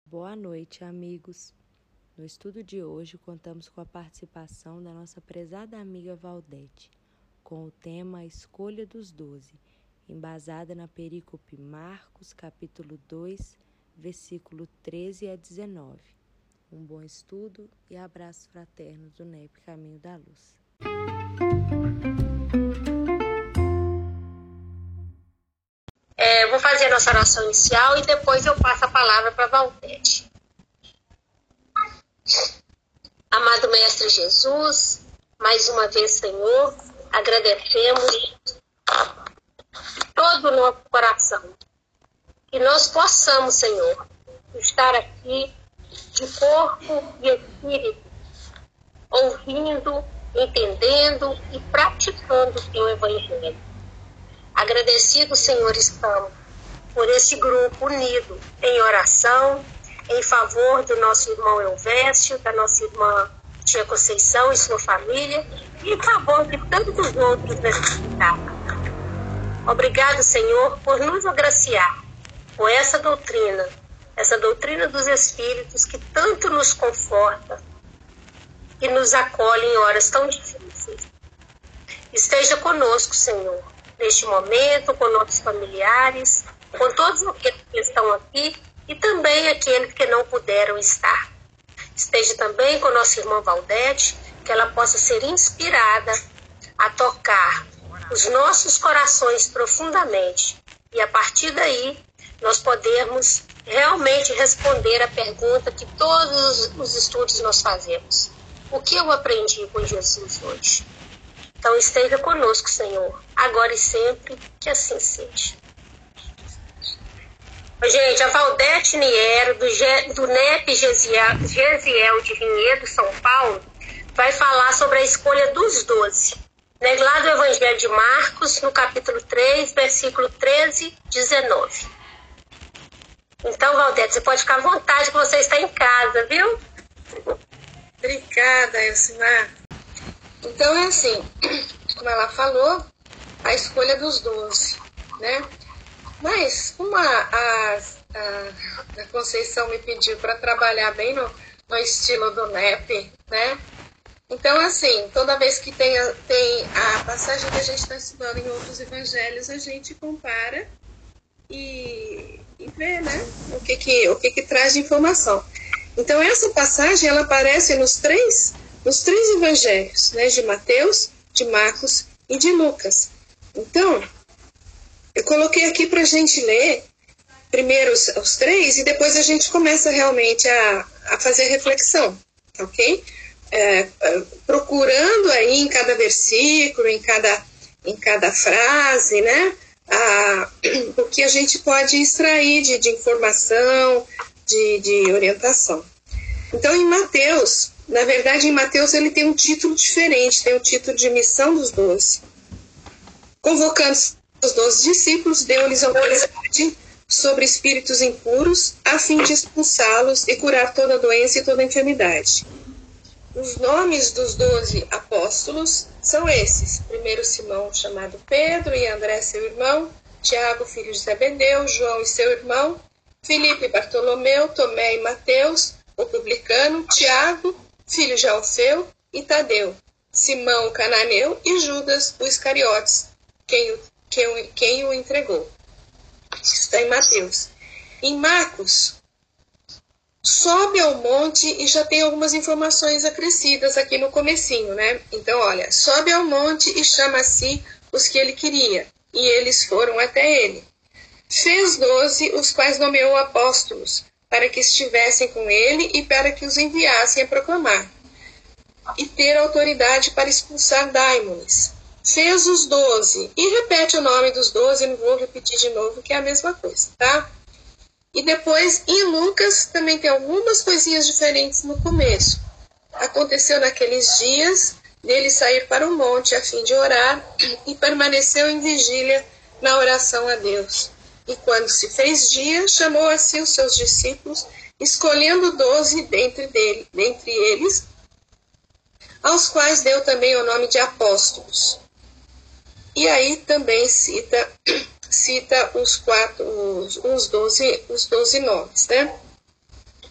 Boa noite, amigos. No estudo de hoje, contamos com a participação da nossa prezada amiga Valdete, com o tema A Escolha dos 12, embasada na perícope Marcos, capítulo 2, versículo 13 a 19. Um bom estudo e abraços fraternos do NEP Caminho da Luz. Eu vou fazer a nossa oração inicial e depois eu passo a palavra para a Valdete. Amado Mestre Jesus, mais uma vez, Senhor, agradecemos todo o nosso coração. Que nós possamos, Senhor, estar aqui de corpo e espírito, ouvindo, entendendo e praticando o Teu Evangelho. Agradecido, Senhor, estamos por esse grupo unido em oração, em favor do nosso irmão Elvésio, da nossa irmã Tia Conceição e sua família, e em favor de tantos outros necessitados. Obrigado, Senhor, por nos agraciar com essa doutrina dos Espíritos que tanto nos conforta e nos acolhe em horas tão difíceis. Esteja conosco, Senhor, neste momento, com nossos familiares, com todos aqueles que estão aqui e também aqueles que não puderam estar. Esteja também com nossa irmã Valdete, que ela possa ser inspirada a tocar os nossos corações profundamente e a partir daí nós podermos realmente responder a pergunta que todos os estudos nós fazemos. O que eu aprendi com Jesus hoje? Então esteja conosco, Senhor, agora e sempre, que assim seja. Gente, a Valdete Niero, do NEP Gesiel de Vinhedo, São Paulo, vai falar sobre a escolha dos 12. Lá do Evangelho de Marcos, no capítulo 3, versículo 13, 19. Então, Valdete, você pode ficar à vontade que você está em casa, viu? Obrigada, Elcimar. Então é assim, como ela falou, a escolha dos 12, né? Mas como a Conceição me pediu para trabalhar bem no estilo do NEP, né? Então, assim, toda vez que tem a passagem que a gente está estudando em outros evangelhos, a gente compara e vê, né? O que traz de informação. Então, essa passagem, ela aparece nos três evangelhos, né? De Mateus, de Marcos e de Lucas. Então, eu coloquei aqui para a gente ler primeiro os três e depois a gente começa realmente a fazer reflexão, ok? Procurando aí em cada versículo, em cada frase, né? O que a gente pode extrair de informação, de orientação. Então, em Mateus, na verdade, em Mateus ele tem um título diferente, tem o título de Missão dos 12. Convocando os 12 discípulos, deu-lhes autoridade sobre espíritos impuros, a fim de expulsá-los e curar toda doença e toda enfermidade. Os nomes dos 12 apóstolos são esses: primeiro Simão, chamado Pedro, e André, seu irmão, Tiago, filho de Zebedeu, João e seu irmão, Filipe e Bartolomeu, Tomé e Mateus, o publicano, Tiago, filho de Alfeu, e Tadeu, Simão o cananeu e Judas o Iscariotes, quem o entregou. Isso está em Mateus. Em Marcos, sobe ao monte e já tem algumas informações acrescidas aqui no comecinho, né? Então, olha, sobe ao monte e chama a si os que ele queria, e eles foram até ele. Fez 12, os quais nomeou apóstolos, para que estivessem com ele e para que os enviassem a proclamar, e ter autoridade para expulsar daimones. Fez os 12, e repete o nome dos 12, não vou repetir de novo, que é a mesma coisa, tá? E depois, em Lucas, também tem algumas coisinhas diferentes no começo. Aconteceu naqueles dias dele sair para o monte a fim de orar, e permaneceu em vigília na oração a Deus. E quando se fez dia, chamou a si os seus discípulos, escolhendo 12 dentre eles, aos quais deu também o nome de apóstolos. E aí também cita os 12 nomes, né?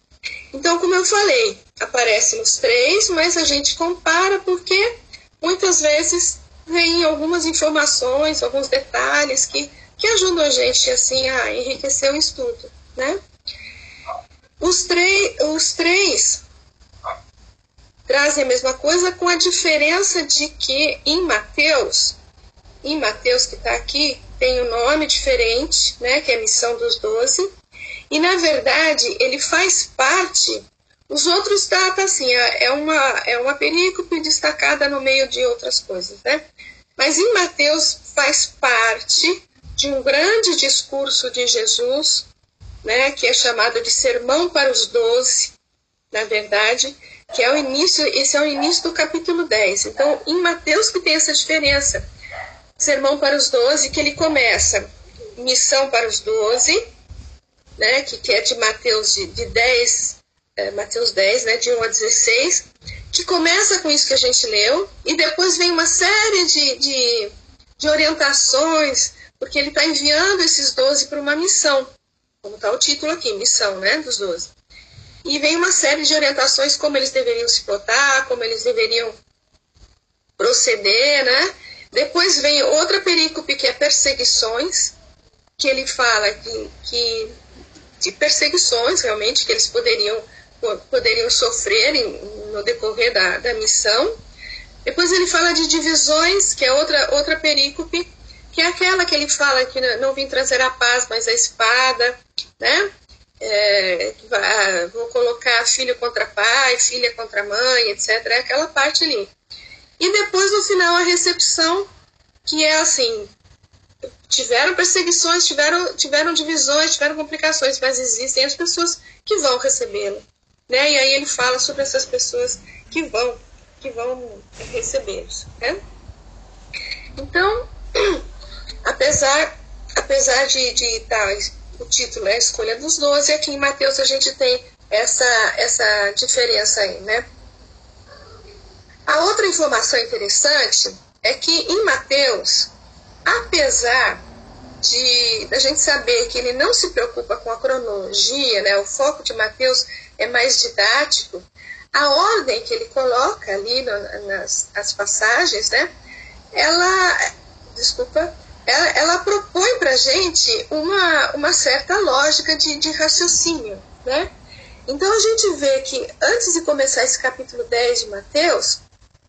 Então, como eu falei, aparece nos 3, mas a gente compara porque muitas vezes vem algumas informações, alguns detalhes que ajudam a gente assim, a enriquecer o estudo, né? Os três trazem a mesma coisa, com a diferença de que em Mateus que está aqui, tem um nome diferente, né, que é a missão dos 12, e na verdade ele faz parte, os outros tá assim, é uma perícope destacada no meio de outras coisas, né? Mas em Mateus faz parte de um grande discurso de Jesus, né, que é chamado de Sermão para os 12, na verdade, que é o início, esse é o início do capítulo 10. Então, em Mateus que tem essa diferença, Sermão para os 12, que ele começa, missão para os 12, né, que é de Mateus de 10, Mateus 10, né, de 1 a 16, que começa com isso que a gente leu, e depois vem uma série de orientações, porque ele está enviando esses 12 para uma missão, como está o título aqui, missão, né, dos 12. E vem uma série de orientações, como eles deveriam se portar, como eles deveriam proceder, né? Depois vem outra perícope, que é perseguições, que ele fala de perseguições, realmente, que eles poderiam sofrer no decorrer da missão. Depois ele fala de divisões, que é outra perícope, que é aquela que ele fala que não vim trazer a paz, mas a espada, né? Vou colocar filho contra pai, filha contra mãe, etc. É aquela parte ali. E depois, no final, a recepção, que é assim, tiveram perseguições, tiveram divisões, tiveram complicações, mas existem as pessoas que vão recebê-lo, né? E aí ele fala sobre essas pessoas que vão recebê-los, né? Então, apesar de o título é a escolha dos 12, aqui em Mateus a gente tem essa diferença aí, né? A outra informação interessante é que em Mateus, apesar da gente saber que ele não se preocupa com a cronologia, né, o foco de Mateus é mais didático, a ordem que ele coloca ali nas passagens, né, ela propõe para a gente uma certa lógica de raciocínio, né? Então a gente vê que antes de começar esse capítulo 10 de Mateus,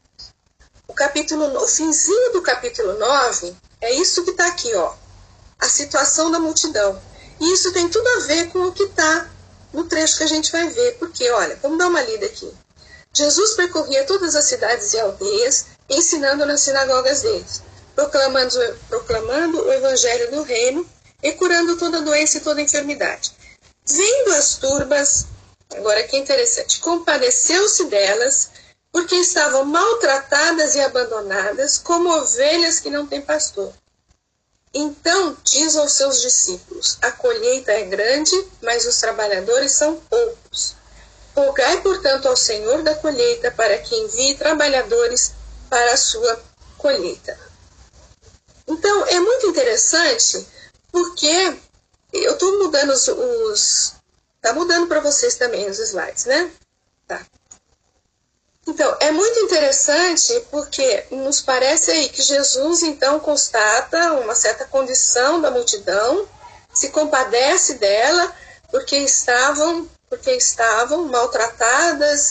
o finzinho do capítulo 9, é isso que está aqui, ó, a situação da multidão. E isso tem tudo a ver com o que está no trecho que a gente vai ver, porque, olha, vamos dar uma lida aqui. Jesus percorria todas as cidades e aldeias, ensinando nas sinagogas deles, proclamando o evangelho do reino e curando toda doença e toda enfermidade. Vendo as turbas, agora que interessante, compadeceu-se delas, porque estavam maltratadas e abandonadas, como ovelhas que não têm pastor. Então diz aos seus discípulos: a colheita é grande, mas os trabalhadores são poucos. Rogai, portanto, ao Senhor da colheita para que envie trabalhadores para a sua colheita. Então, é muito interessante, porque eu estou mudando Está mudando para vocês também os slides, né? Tá. Então, é muito interessante porque nos parece aí que Jesus, então, constata uma certa condição da multidão, se compadece dela, porque estavam maltratadas,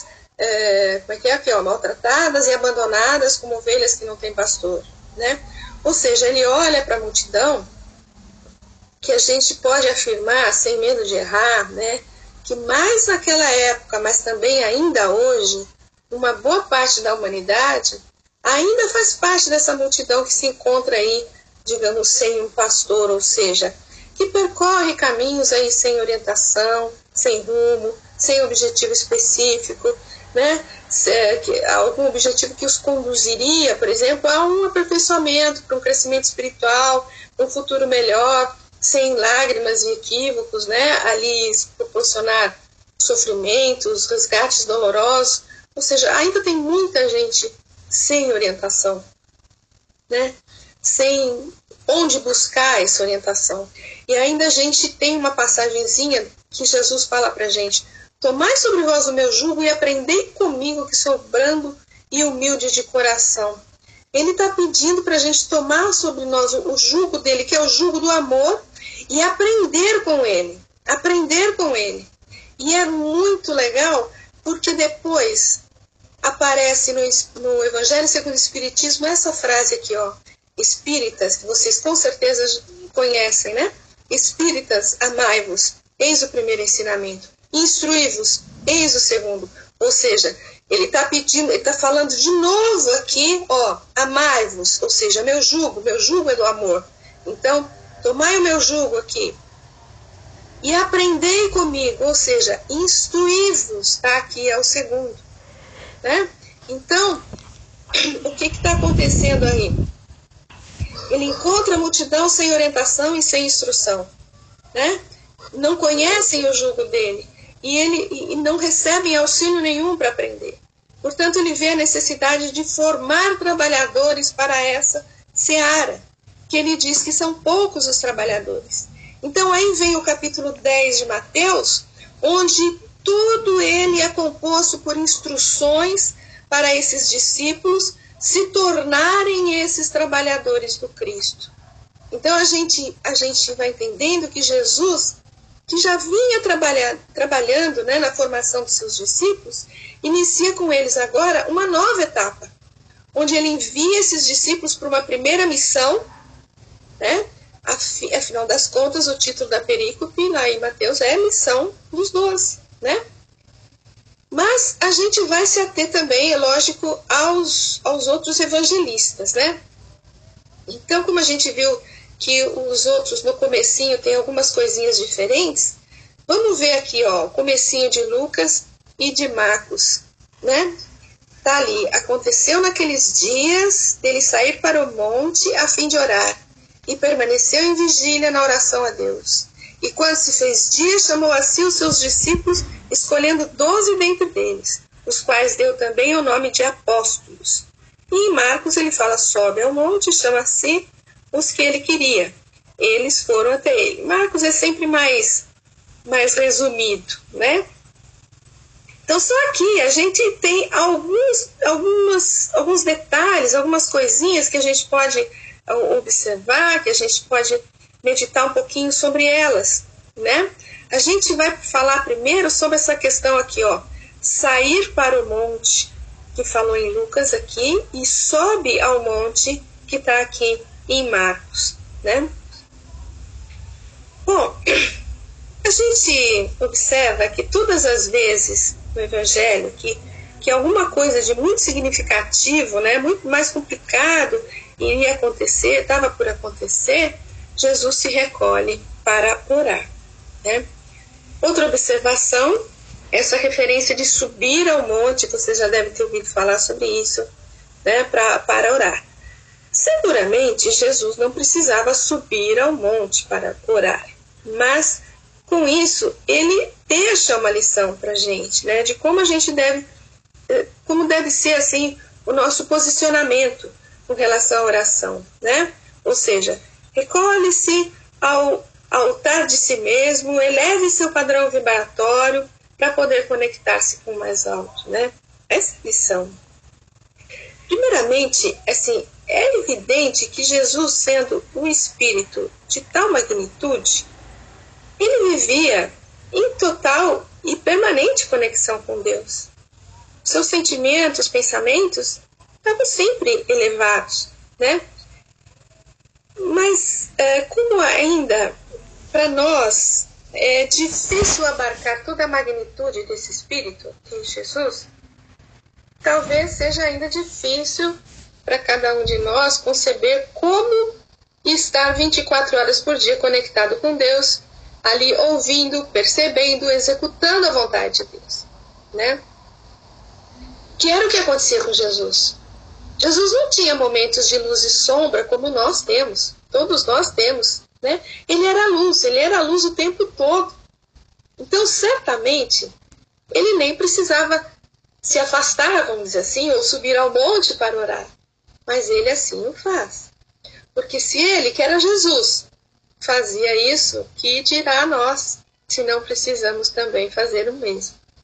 maltratadas e abandonadas como ovelhas que não têm pastor, né? Ou seja, ele olha para a multidão, que a gente pode afirmar, sem medo de errar, né, que mais naquela época, mas também ainda hoje, uma boa parte da humanidade ainda faz parte dessa multidão que se encontra aí, digamos, sem um pastor, ou seja, que percorre caminhos aí sem orientação, sem rumo, sem objetivo específico, né? Algum objetivo que os conduziria, por exemplo, a um aperfeiçoamento, para um crescimento espiritual, para um futuro melhor, sem lágrimas e equívocos, né? Ali proporcionar sofrimentos, resgates dolorosos. Ou seja, ainda tem muita gente sem orientação, né? Sem onde buscar essa orientação. E ainda a gente tem uma passagenzinha que Jesus fala para a gente: Tomai sobre vós o meu jugo e aprendei comigo, que sou brando e humilde de coração. Ele está pedindo para a gente tomar sobre nós o jugo dele, que é o jugo do amor, e aprender com ele. Aprender com ele. E é muito legal, porque depois aparece no Evangelho segundo o Espiritismo essa frase aqui, ó. Espíritas, que vocês com certeza conhecem, né? Espíritas, amai-vos, eis o primeiro ensinamento. Instruí-vos, eis o segundo. Ou seja, ele está pedindo, ele está falando de novo aqui, ó, amai-vos, ou seja, meu jugo é do amor. Então, tomai o meu jugo aqui e aprendei comigo, ou seja, instruí-vos, tá? Aqui é o segundo, né? Então, o que está acontecendo aí? Ele encontra a multidão sem orientação e sem instrução, né? Não conhecem o jugo dele e não recebem auxílio nenhum para aprender. Portanto, ele vê a necessidade de formar trabalhadores para essa seara, que ele diz que são poucos os trabalhadores. Então, aí vem o capítulo 10 de Mateus, onde tudo ele é composto por instruções para esses discípulos se tornarem esses trabalhadores do Cristo. Então, a gente vai entendendo que Jesus, que já vinha trabalhando, né, na formação dos seus discípulos, inicia com eles agora uma nova etapa, onde ele envia esses discípulos para uma primeira missão, né? Afinal das contas, o título da perícope lá em Mateus é a missão dos 12, né? Mas a gente vai se ater também, é lógico, aos outros evangelistas, né? Então, como a gente viu que os outros no comecinho tem algumas coisinhas diferentes, vamos ver aqui, ó, o comecinho de Lucas e de Marcos, né? Tá ali, aconteceu naqueles dias dele sair para o monte a fim de orar, e permaneceu em vigília na oração a Deus. E quando se fez dia, chamou a si os seus discípulos, escolhendo 12 dentre deles, os quais deu também o nome de apóstolos. E em Marcos ele fala, sobe ao monte, chama a si os que ele queria. Eles foram até ele. Marcos é sempre mais resumido, né? Então, só aqui a gente tem alguns detalhes, algumas coisinhas que a gente pode observar, que a gente pode meditar um pouquinho sobre elas, né? A gente vai falar primeiro sobre essa questão aqui, ó, sair para o monte, que falou em Lucas aqui, e sobe ao monte, que está aqui em Marcos, né? Bom, a gente observa que todas as vezes no Evangelho que alguma coisa de muito significativo, né, muito mais complicado iria acontecer, estava por acontecer, Jesus se recolhe para orar, né? Outra observação, essa referência de subir ao monte, você já deve ter ouvido falar sobre isso, né, para orar. Seguramente, Jesus não precisava subir ao monte para orar, mas com isso, ele deixa uma lição para a gente, né, de como a gente como deve ser assim o nosso posicionamento com relação à oração, né? Ou seja, recolhe-se ao altar de si mesmo, eleve seu padrão vibratório para poder conectar-se com o mais alto, né? Essa lição. Primeiramente, assim, é evidente que Jesus, sendo um espírito de tal magnitude, ele vivia em total e permanente conexão com Deus. Seus sentimentos, pensamentos estavam sempre elevados, né? Mas como ainda para nós é difícil abarcar toda a magnitude desse Espírito, que é Jesus, talvez seja ainda difícil para cada um de nós conceber como estar 24 horas por dia conectado com Deus, ali ouvindo, percebendo, executando a vontade de Deus, né? Que era o que acontecia com Jesus. Jesus não tinha momentos de luz e sombra como nós temos, todos nós temos, né? Ele era luz o tempo todo. Então, certamente, ele nem precisava se afastar, vamos dizer assim, ou subir ao monte para orar. Mas ele assim o faz. Porque se ele, que era Jesus, fazia isso, que dirá a nós, se não precisamos também fazer o mesmo,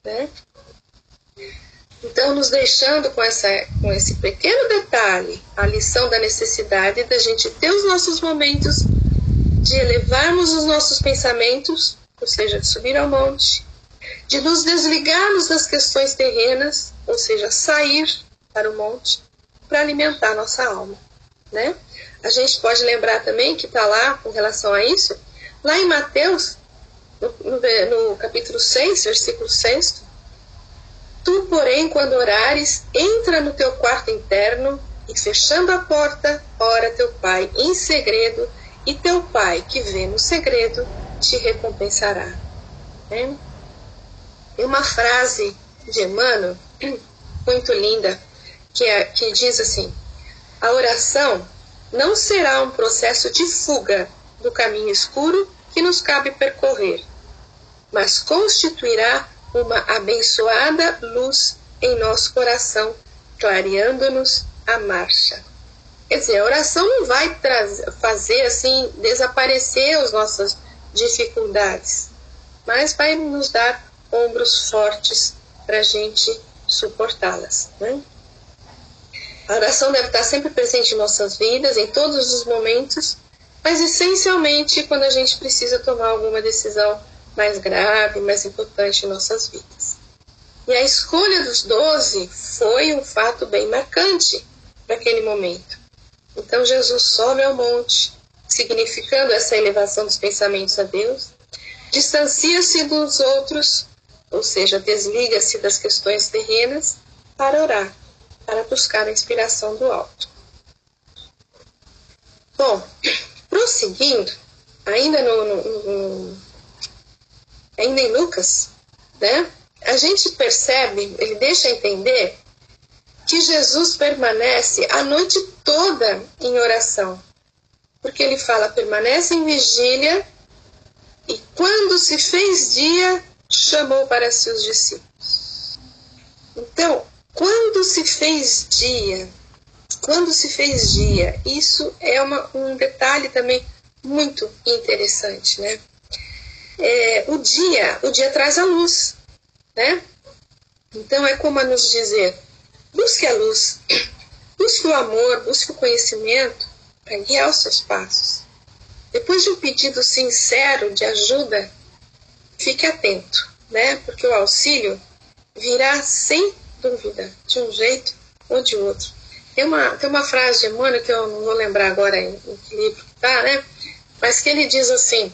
né? Então, nos deixando com esse pequeno detalhe, a lição da necessidade da gente ter os nossos momentos de elevarmos os nossos pensamentos, ou seja, de subir ao monte, de nos desligarmos das questões terrenas, ou seja, sair para o monte, para alimentar a nossa alma, né? A gente pode lembrar também que está lá, com relação a isso, lá em Mateus, no capítulo 6, versículo 6, tu, porém, quando orares, entra no teu quarto interno e, fechando a porta, ora teu Pai em segredo, e teu Pai, que vê no segredo, te recompensará. Né? Tem uma frase de Emmanuel muito linda, que diz assim: a oração não será um processo de fuga do caminho escuro que nos cabe percorrer, mas constituirá uma abençoada luz em nosso coração, clareando-nos a marcha. Quer dizer, a oração não vai fazer assim desaparecer as nossas dificuldades, mas vai nos dar ombros fortes para a gente suportá-las, né? A oração deve estar sempre presente em nossas vidas, em todos os momentos, mas essencialmente quando a gente precisa tomar alguma decisão mais grave, mais importante em nossas vidas. E a escolha dos 12 foi um fato bem marcante para aquele momento. Então Jesus sobe ao monte, significando essa elevação dos pensamentos a Deus, distancia-se dos outros, ou seja, desliga-se das questões terrenas para orar, para buscar a inspiração do alto. Bom, prosseguindo, ainda em Lucas, né, a gente percebe, ele deixa entender que Jesus permanece a noite toda em oração. Porque ele fala, permanece em vigília, e quando se fez dia, chamou para si os discípulos. Então, quando se fez dia, isso é um detalhe também muito interessante, né? O dia traz a luz, né? Então é como a nos dizer, busque a luz, busque o amor, busque o conhecimento para guiar os seus passos. Depois de um pedido sincero de ajuda, fique atento, né? Porque o auxílio virá sem dúvida, de um jeito ou de outro. Tem uma frase de Emmanuel, que eu não vou lembrar agora em que livro que está, né? Mas que ele diz assim,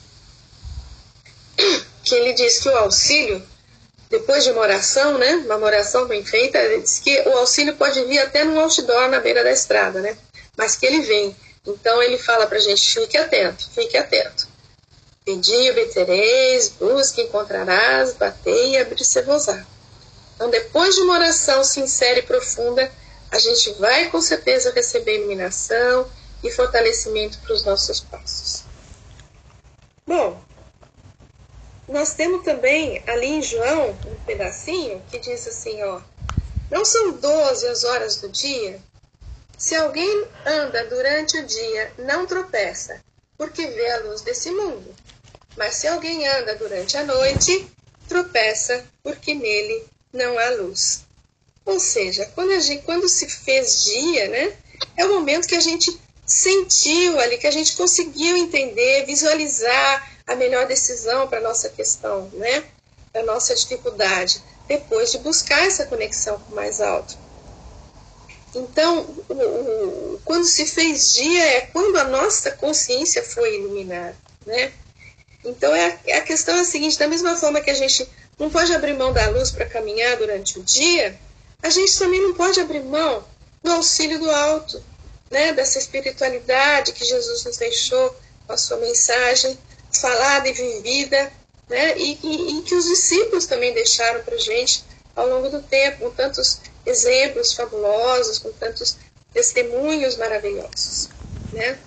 que ele diz que o auxílio, depois de uma oração, né, uma oração bem feita, ele diz que o auxílio pode vir até num outdoor na beira da estrada, né, mas que ele vem. Então ele fala pra gente, fique atento. Pedi e obtereis, busque e encontrarás, batei e abrir-se-vos-á. Então depois de uma oração sincera e profunda, a gente vai com certeza receber iluminação e fortalecimento para os nossos passos. Bom, nós temos também ali em João um pedacinho que diz assim, ó, não são 12 as horas do dia? Se alguém anda durante o dia, não tropeça, porque vê a luz desse mundo. Mas se alguém anda durante a noite, tropeça, porque nele não há luz. Ou seja, quando se fez dia, né, é o momento que a gente sentiu ali, que a gente conseguiu entender, visualizar a melhor decisão para a nossa questão, né, para a nossa dificuldade, depois de buscar essa conexão com o mais alto. Então, quando se fez dia é quando a nossa consciência foi iluminada, né? Então, a questão é a seguinte, da mesma forma que a gente não pode abrir mão da luz para caminhar durante o dia, a gente também não pode abrir mão do auxílio do alto, né? Dessa espiritualidade que Jesus nos deixou com a sua mensagem falada e vivida, né? E que os discípulos também deixaram para a gente ao longo do tempo, com tantos exemplos fabulosos, com tantos testemunhos maravilhosos, né?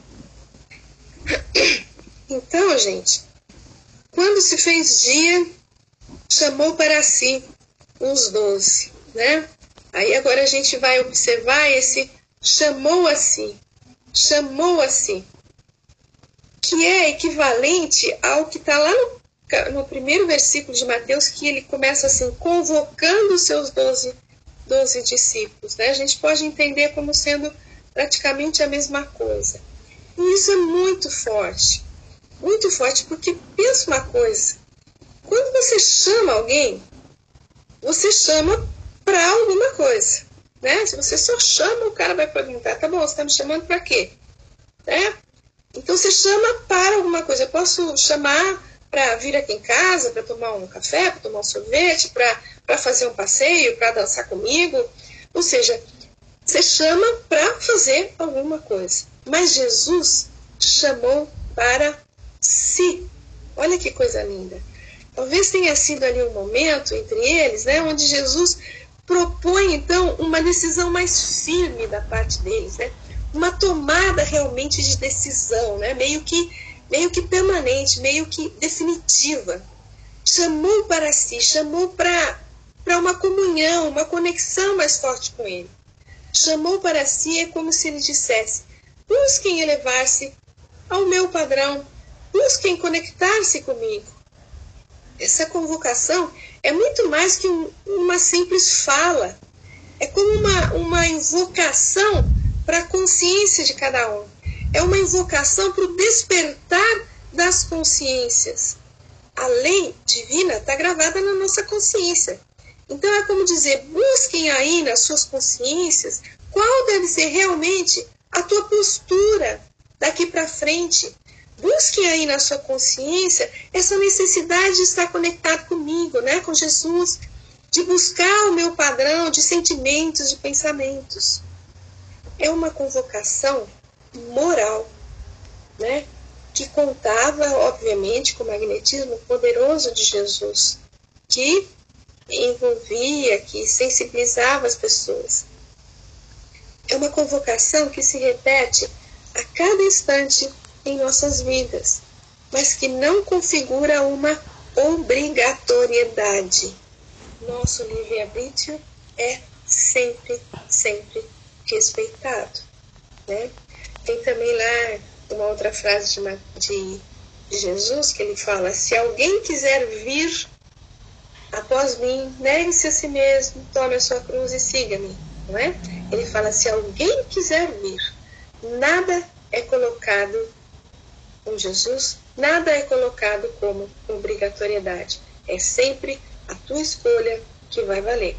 Então, gente, quando se fez dia, chamou para si os 12, né? Aí agora a gente vai observar esse chamou a si, que é equivalente ao que está lá no no primeiro versículo de Mateus, que ele começa assim, convocando os seus 12 discípulos, né? A gente pode entender como sendo praticamente a mesma coisa. E isso é muito forte, porque pensa uma coisa, quando você chama alguém, você chama para alguma coisa, né? Se você só chama, o cara vai perguntar, tá bom, você está me chamando para quê? Né? Então você chama para alguma coisa. Eu posso chamar para vir aqui em casa, para tomar um café, para tomar um sorvete, para fazer um passeio, para dançar comigo. Ou seja, você chama para fazer alguma coisa. Mas Jesus chamou para si. Olha que coisa linda. Talvez tenha sido ali um momento entre eles, né, onde Jesus propõe, então, uma decisão mais firme da parte deles, né? Uma tomada realmente de decisão, né? meio que permanente, meio que definitiva. Chamou para si, chamou para uma comunhão, uma conexão mais forte com ele. Chamou para si é como se ele dissesse, busquem elevar-se ao meu padrão, busquem conectar-se comigo. Essa convocação é muito mais que uma simples fala. É como uma invocação para a consciência de cada um. É uma invocação para o despertar das consciências. A lei divina está gravada na nossa consciência. Então é como dizer, busquem aí nas suas consciências qual deve ser realmente a tua postura daqui para frente. Busquem aí na sua consciência essa necessidade de estar conectado comigo, né, com Jesus, de buscar o meu padrão de sentimentos, de pensamentos. É uma convocação moral, né, que contava, obviamente, com o magnetismo poderoso de Jesus, que envolvia, que sensibilizava as pessoas. É uma convocação que se repete a cada instante em nossas vidas, mas que não configura uma obrigatoriedade. Nosso livre-arbítrio é sempre, sempre respeitado, né? Tem também lá uma outra frase de Jesus que ele fala, se alguém quiser vir após mim, negue-se a si mesmo, tome a sua cruz e siga-me, não é? Ele fala, se alguém quiser vir, nada é colocado com Jesus, nada é colocado como obrigatoriedade. É sempre a tua escolha que vai valer.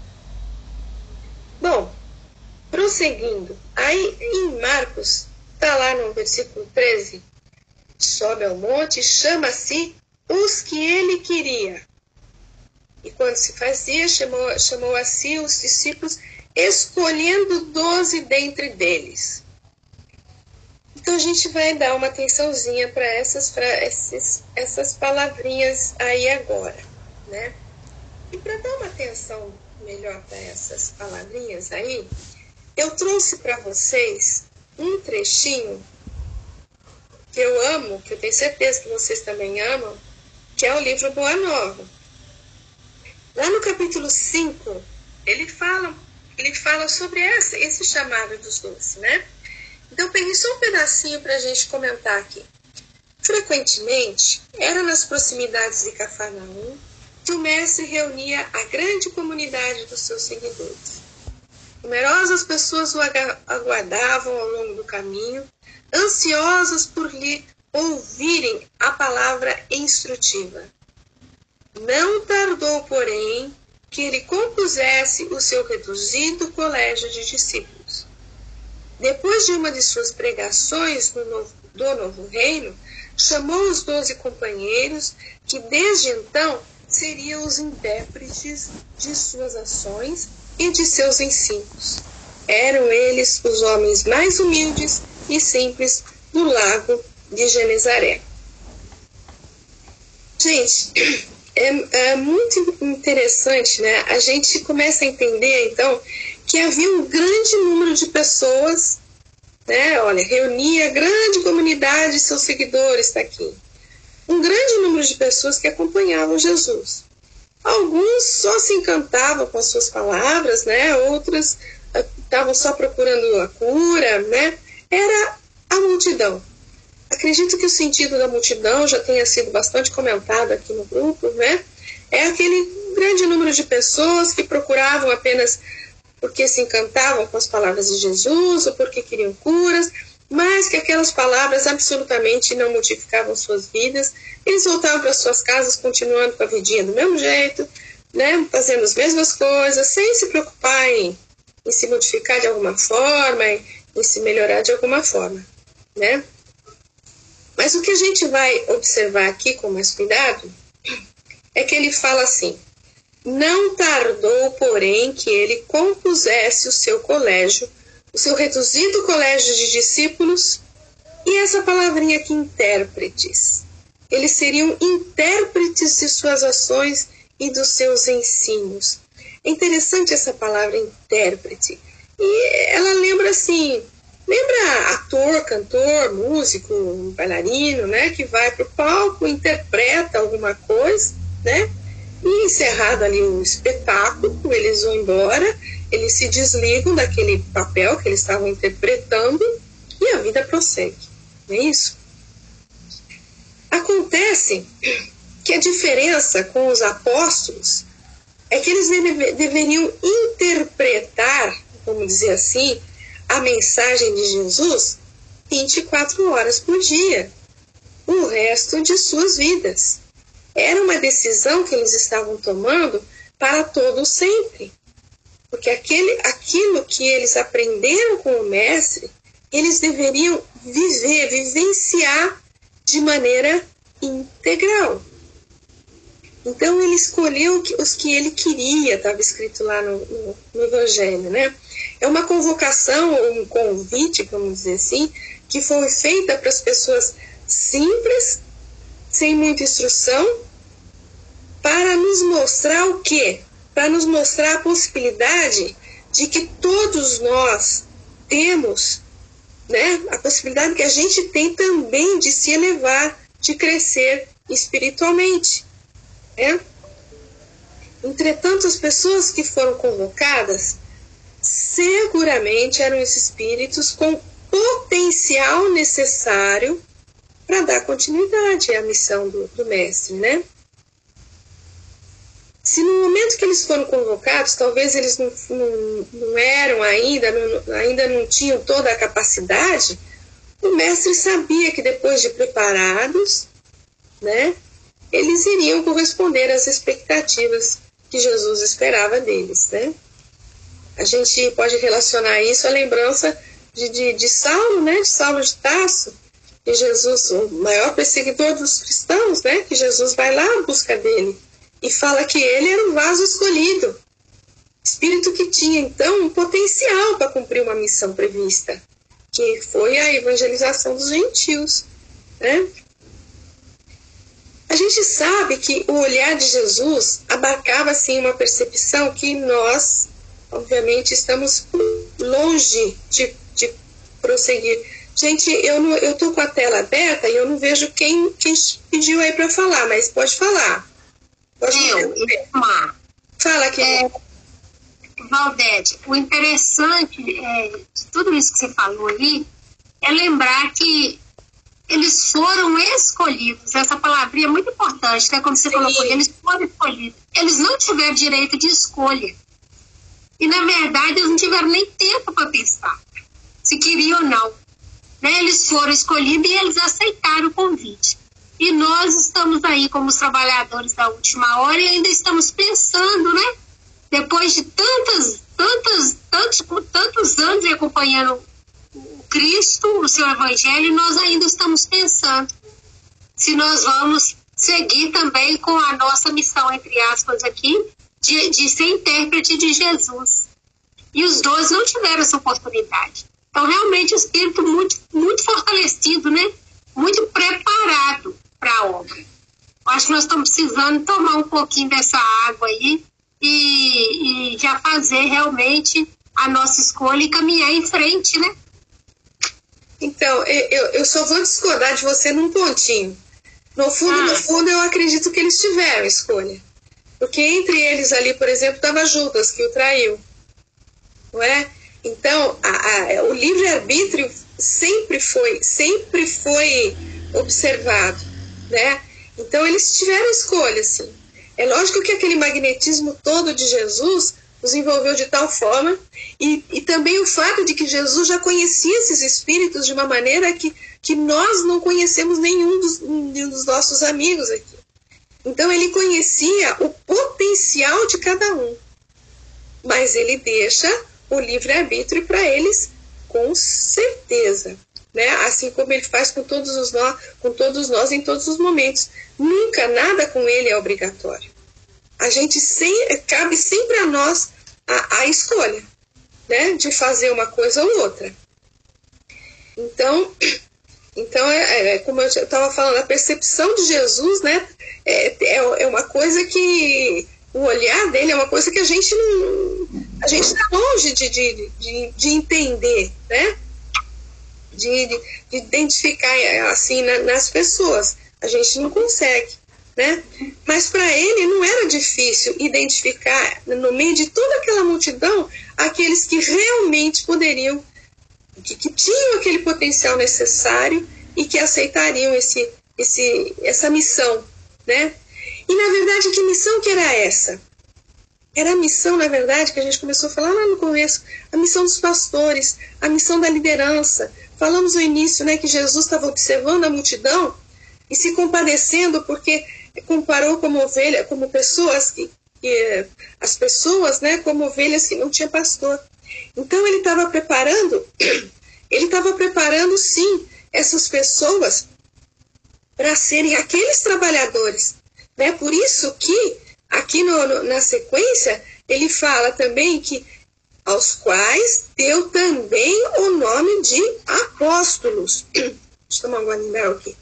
Bom, prosseguindo, aí em Marcos, está lá no versículo 13, sobe ao monte e chama-se os que ele queria. E quando se fazia, chamou a si os discípulos, escolhendo 12 dentre deles. Então a gente vai dar uma atençãozinha para essas palavrinhas aí agora, né? E para dar uma atenção melhor para essas palavrinhas aí, eu trouxe para vocês um trechinho que eu amo, que eu tenho certeza que vocês também amam, que é o livro Boa Nova. Lá no capítulo 5, ele fala sobre esse chamado dos 12, né? Então, peguei só um pedacinho para a gente comentar aqui. Frequentemente, era nas proximidades de Cafarnaum que o mestre reunia a grande comunidade dos seus seguidores. Numerosas pessoas o aguardavam ao longo do caminho, ansiosas por lhe ouvirem a palavra instrutiva. Não tardou, porém, que ele compusesse o seu reduzido colégio de discípulos. Depois de uma de suas pregações do novo reino, chamou os 12 companheiros, que desde então seriam os intérpretes de suas ações e de seus ensinos. Eram eles os homens mais humildes e simples do lago de Genezaré. Gente, é muito interessante, né? A gente começa a entender, então, que havia um grande número de pessoas, né? Olha, reunia grande comunidade de seus seguidores, está aqui. Um grande número de pessoas que acompanhavam Jesus. Alguns só se encantavam com as suas palavras, né? Outros estavam só procurando a cura, né? Era a multidão. acredito que o sentido da multidão já tenha sido bastante comentado aqui no grupo, né? É aquele grande número de pessoas que procuravam apenas porque se encantavam com as palavras de Jesus ou porque queriam curas, mas que aquelas palavras absolutamente não modificavam suas vidas. Eles voltavam para suas casas continuando com a vidinha do mesmo jeito, né? Fazendo as mesmas coisas, sem se preocupar em se modificar de alguma forma, em se melhorar de alguma forma, né? Mas o que a gente vai observar aqui com mais cuidado é que ele fala assim: não tardou, porém, que ele compusesse o seu colégio, o seu reduzido colégio de discípulos, e essa palavrinha aqui, intérpretes. Eles seriam intérpretes de suas ações e dos seus ensinos. É interessante essa palavra intérprete. E ela lembra assim, lembra ator, cantor, músico, bailarino, né, que vai para o palco, interpreta alguma coisa, né, e encerrado ali o espetáculo, eles vão embora, eles se desligam daquele papel que eles estavam interpretando e a vida prossegue, não é isso? Acontece que a diferença com os apóstolos é que eles deveriam interpretar, vamos dizer assim, a mensagem de Jesus 24 horas por dia, o resto de suas vidas. Era uma decisão que eles estavam tomando para todo sempre. Porque aquilo que eles aprenderam com o mestre, eles deveriam vivenciar de maneira integral. Então ele escolheu os que ele queria, estava escrito lá no Evangelho, né? É uma convocação, ou um convite, vamos dizer assim, que foi feita para as pessoas simples, sem muita instrução, para nos mostrar o quê? Para nos mostrar a possibilidade de que todos nós temos, né, a possibilidade que a gente tem também de se elevar, de crescer espiritualmente. Né? Entretanto, as pessoas que foram convocadas seguramente eram os espíritos com potencial necessário para dar continuidade à missão do mestre, né? Se no momento que eles foram convocados, talvez eles não eram ainda não tinham toda a capacidade, o mestre sabia que depois de preparados, né, eles iriam corresponder às expectativas que Jesus esperava deles, né? A gente pode relacionar isso à lembrança de Saulo, né, de Saulo de Tarso, que Jesus, o maior perseguidor dos cristãos, né, que Jesus vai lá em busca dele e fala que ele era um vaso escolhido, espírito que tinha então um potencial para cumprir uma missão prevista, que foi a evangelização dos gentios, né? A gente sabe que o olhar de Jesus abarcava assim uma percepção que nós, obviamente, estamos longe de prosseguir. Gente, eu tô com a tela aberta e eu não vejo quem pediu aí para falar, mas pode falar. Fala aqui. Valdete, o interessante de tudo isso que você falou aí é lembrar que eles foram escolhidos. Essa palavrinha é muito importante, né? Como você colocou, eles foram escolhidos. Eles não tiveram direito de escolha. E, na verdade, eles não tiveram nem tempo para pensar se queriam ou não. Né? Eles foram escolhidos e eles aceitaram o convite. E nós estamos aí como os trabalhadores da última hora e ainda estamos pensando, né? Depois de tantos anos acompanhando o Cristo, o seu Evangelho, nós ainda estamos pensando se nós vamos seguir também com a nossa missão, entre aspas, aqui, de ser intérprete de Jesus. E os 12 não tiveram essa oportunidade. Então, realmente, o espírito muito, muito fortalecido, né? Muito preparado para a obra. Eu acho que nós estamos precisando tomar um pouquinho dessa água aí e já fazer realmente a nossa escolha e caminhar em frente, né? Então, eu só vou discordar de você num pontinho. No fundo, eu acredito que eles tiveram escolha. Porque entre eles ali, por exemplo, estava Judas, que o traiu. Não é? Então, o livre-arbítrio sempre foi observado, né? Então eles tiveram escolha, assim. É lógico que aquele magnetismo todo de Jesus os envolveu de tal forma, e também o fato de que Jesus já conhecia esses espíritos de uma maneira que nós não conhecemos nenhum dos nossos amigos aqui. Então ele conhecia o potencial de cada um, mas ele deixa o livre-arbítrio para eles com certeza, né? Assim como ele faz com todos nós em todos os momentos. Nunca nada com ele é obrigatório. Cabe sempre a nós a escolha, né, de fazer uma coisa ou outra. Então como eu estava falando, a percepção de Jesus, né, é uma coisa que o olhar dele é uma coisa que a gente está longe de entender, né, de identificar assim nas pessoas. A gente não consegue, né? Mas para ele não era difícil identificar no meio de toda aquela multidão aqueles que realmente poderiam, que tinham aquele potencial necessário e que aceitariam essa missão, né? E na verdade, que missão que era essa? Era a missão, na verdade, que a gente começou a falar lá no começo, a missão dos pastores, a missão da liderança. Falamos no início, né, que Jesus estava observando a multidão e se compadecendo, porque comparou como pessoas as pessoas, né, como ovelhas que não tinha pastor. Então ele estava preparando sim essas pessoas para serem aqueles trabalhadores, né? Por isso que aqui na sequência ele fala também que aos quais deu também o nome de apóstolos. Deixa eu tomar um guarindão aqui.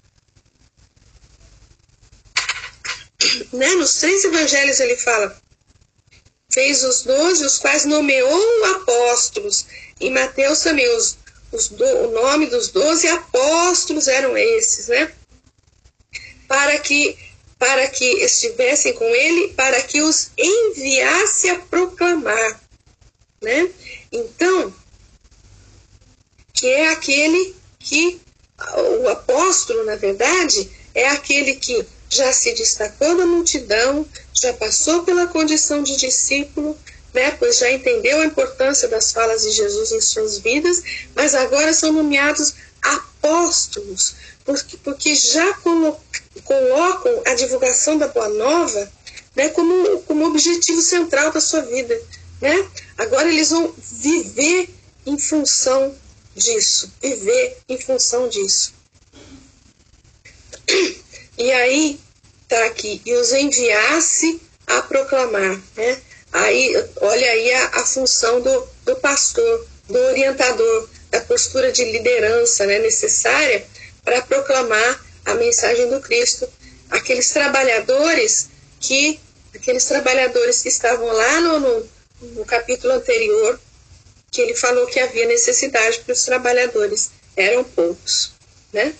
Né? Nos 3 evangelhos ele fala, fez os 12, os quais nomeou apóstolos. Em Mateus também o nome dos 12 apóstolos eram esses, né? Para que estivessem com ele, para que os enviasse a proclamar, né? Então, que é aquele que, o apóstolo, na verdade, é aquele que já se destacou da multidão, já passou pela condição de discípulo, né, pois já entendeu a importância das falas de Jesus em suas vidas, mas agora são nomeados apóstolos, porque já colocam a divulgação da Boa Nova, né, como objetivo central da sua vida, né? Agora eles vão viver em função disso, E aí, tá aqui, e os enviasse a proclamar, né? Aí, olha aí a função do pastor, do orientador, da postura de liderança, né, necessária para proclamar a mensagem do Cristo. Aqueles trabalhadores que estavam lá no capítulo anterior, que ele falou que havia necessidade para os trabalhadores, eram poucos, né?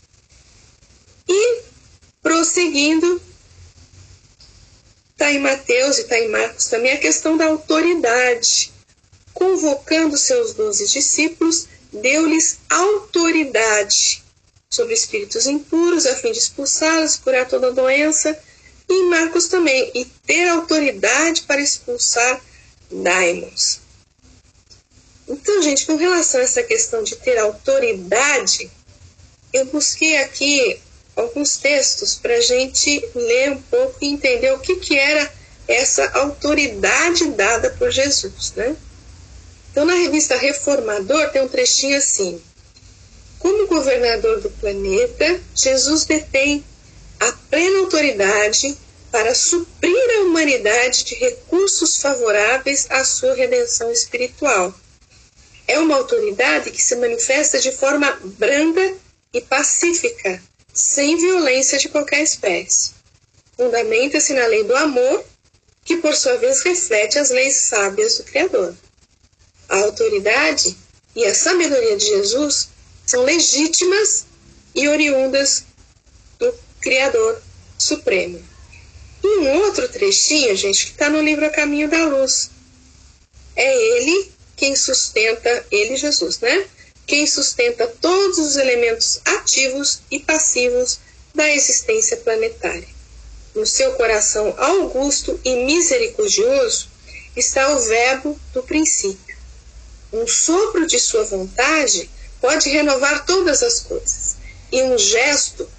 E prosseguindo, está em Mateus e está em Marcos também a questão da autoridade. Convocando seus 12 discípulos, deu-lhes autoridade sobre espíritos impuros, a fim de expulsá-los, curar toda doença. E em Marcos também, e ter autoridade para expulsar daimons. Então, gente, com relação a essa questão de ter autoridade, eu busquei aqui alguns textos para a gente ler um pouco e entender o que era essa autoridade dada por Jesus, né? Então, na revista Reformador tem um trechinho assim: como governador do planeta, Jesus detém a plena autoridade para suprir a humanidade de recursos favoráveis à sua redenção espiritual. É uma autoridade que se manifesta de forma branda e pacífica, sem violência de qualquer espécie. Fundamenta-se na lei do amor, que por sua vez reflete as leis sábias do Criador. A autoridade e a sabedoria de Jesus são legítimas e oriundas do Criador Supremo. E um outro trechinho, gente, que está no livro A Caminho da Luz. É ele quem sustenta, ele, Jesus, né? quem sustenta todos os elementos ativos e passivos da existência planetária. No seu coração augusto e misericordioso está o verbo do princípio. Um sopro de sua vontade pode renovar todas as coisas, e um gesto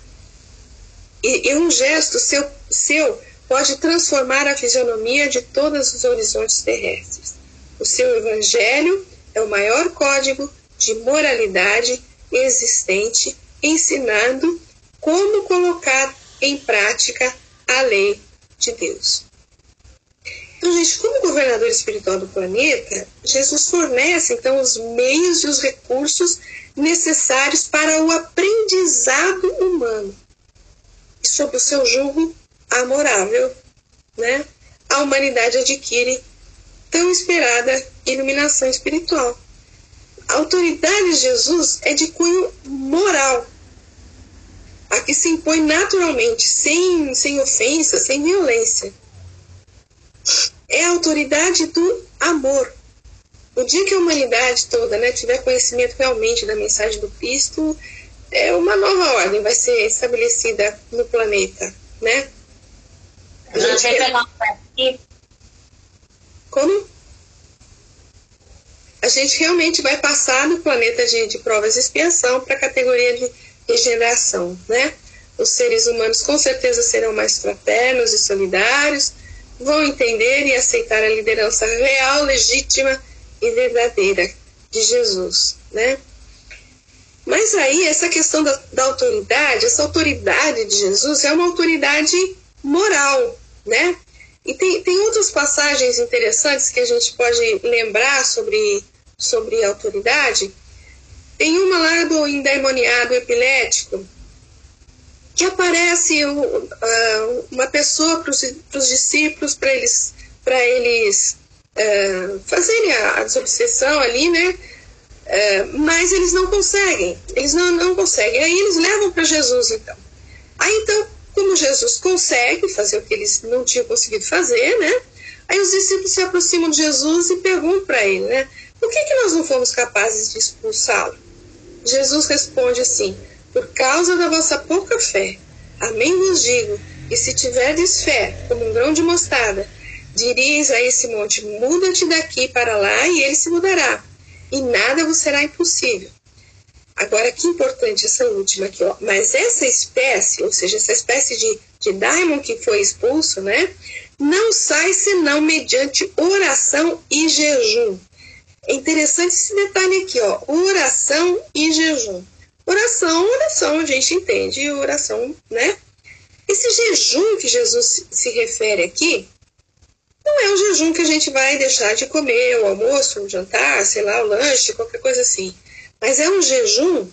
seu pode transformar a fisionomia de todos os horizontes terrestres. O seu evangelho é o maior código de moralidade existente, ensinando como colocar em prática a lei de Deus. Então, gente, como governador espiritual do planeta, Jesus fornece, então, os meios e os recursos necessários para o aprendizado humano. E sob o seu jugo amorável, né, a humanidade adquire tão esperada iluminação espiritual. A autoridade de Jesus é de cunho moral, a que se impõe naturalmente, sem ofensa, sem violência. É a autoridade do amor. O dia que a humanidade toda, né, tiver conhecimento realmente da mensagem do Cristo, uma nova ordem vai ser estabelecida no planeta, né? Como? A gente realmente vai passar do planeta de provas e expiação para a categoria de regeneração, né? Os seres humanos com certeza serão mais fraternos e solidários, vão entender e aceitar a liderança real, legítima e verdadeira de Jesus, né? Mas aí, essa questão da autoridade, essa autoridade de Jesus é uma autoridade moral, né? E tem outras passagens interessantes que a gente pode lembrar sobre a autoridade. Tem uma lá do endemoniado epilético, que aparece uma pessoa para os discípulos, para eles fazerem a desobsessão ali, né? Mas eles não conseguem, não conseguem. Aí eles levam para Jesus, então. Aí, então, como Jesus consegue fazer o que eles não tinham conseguido fazer, né? Aí os discípulos se aproximam de Jesus e perguntam para ele, né? Por que nós não fomos capazes de expulsá-lo? Jesus responde assim: por causa da vossa pouca fé. Amém vos digo, e se tiverdes fé, como um grão de mostarda, direis a esse monte, muda-te daqui para lá, e ele se mudará, e nada vos será impossível. Agora, que importante essa última aqui, ó. Mas essa espécie, ou seja, essa espécie de daimon que foi expulso, né, não sai senão mediante oração e jejum. É interessante esse detalhe aqui, ó, oração e jejum. Oração, a gente entende, oração, né? Esse jejum que Jesus se refere aqui, não é o jejum que a gente vai deixar de comer, o almoço, o jantar, sei lá, o lanche, qualquer coisa assim. Mas é um jejum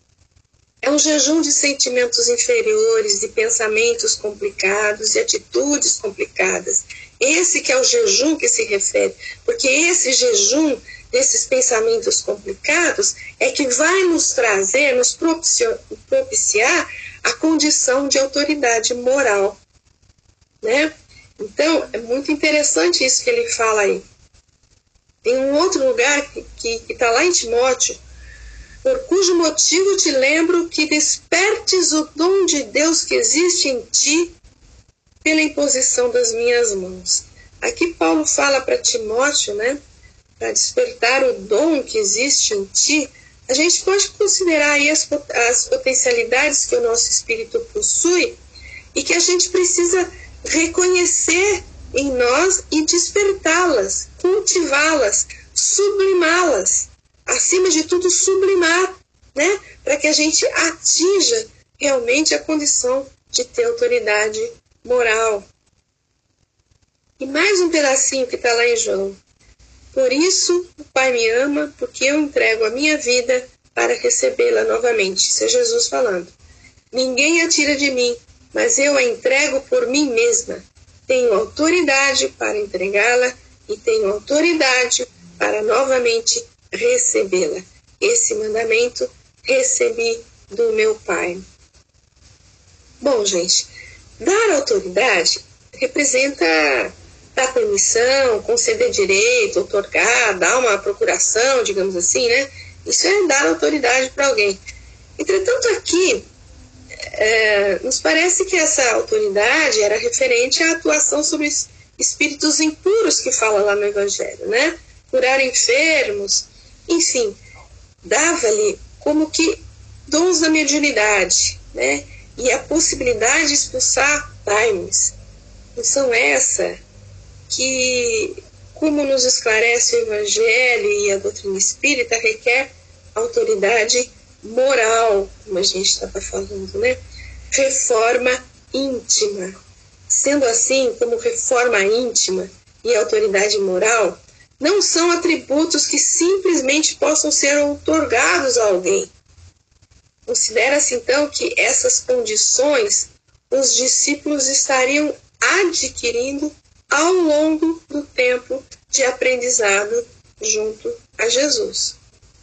de sentimentos inferiores, de pensamentos complicados, de atitudes complicadas. Esse que é o jejum que se refere, porque esse jejum desses pensamentos complicados é que vai nos trazer, nos propiciar a condição de autoridade moral, né? Então, é muito interessante isso que ele fala aí. Tem um outro lugar que está lá em Timóteo, por cujo motivo te lembro que despertes o dom de Deus que existe em ti pela imposição das minhas mãos. Aqui Paulo fala para Timóteo, né? Para despertar o dom que existe em ti, a gente pode considerar aí as potencialidades que o nosso espírito possui e que a gente precisa reconhecer em nós e despertá-las, cultivá-las, sublimá-las. Acima de tudo, sublimar, né? Para que a gente atinja realmente a condição de ter autoridade moral. E mais um pedacinho que está lá em João. Por isso o Pai me ama, porque eu entrego a minha vida para recebê-la novamente. Isso é Jesus falando. Ninguém a tira de mim, mas eu a entrego por mim mesma. Tenho autoridade para entregá-la e tenho autoridade para novamente recebê-la. Esse mandamento recebi do meu Pai. Bom, gente, dar autoridade representa dar permissão, conceder direito, outorgar, dar uma procuração, digamos assim, né? Isso é dar autoridade para alguém. Entretanto, aqui, nos parece que essa autoridade era referente à atuação sobre espíritos impuros que fala lá no Evangelho, né? Curar enfermos, enfim, dava-lhe como que dons da mediunidade, né? E a possibilidade de expulsar daimons. Função essa que, como nos esclarece o Evangelho e a doutrina espírita, requer autoridade moral, como a gente estava falando, né? Reforma íntima. Sendo assim, como reforma íntima e autoridade moral não são atributos que simplesmente possam ser outorgados a alguém. Considera-se, então, que essas condições os discípulos estariam adquirindo ao longo do tempo de aprendizado junto a Jesus.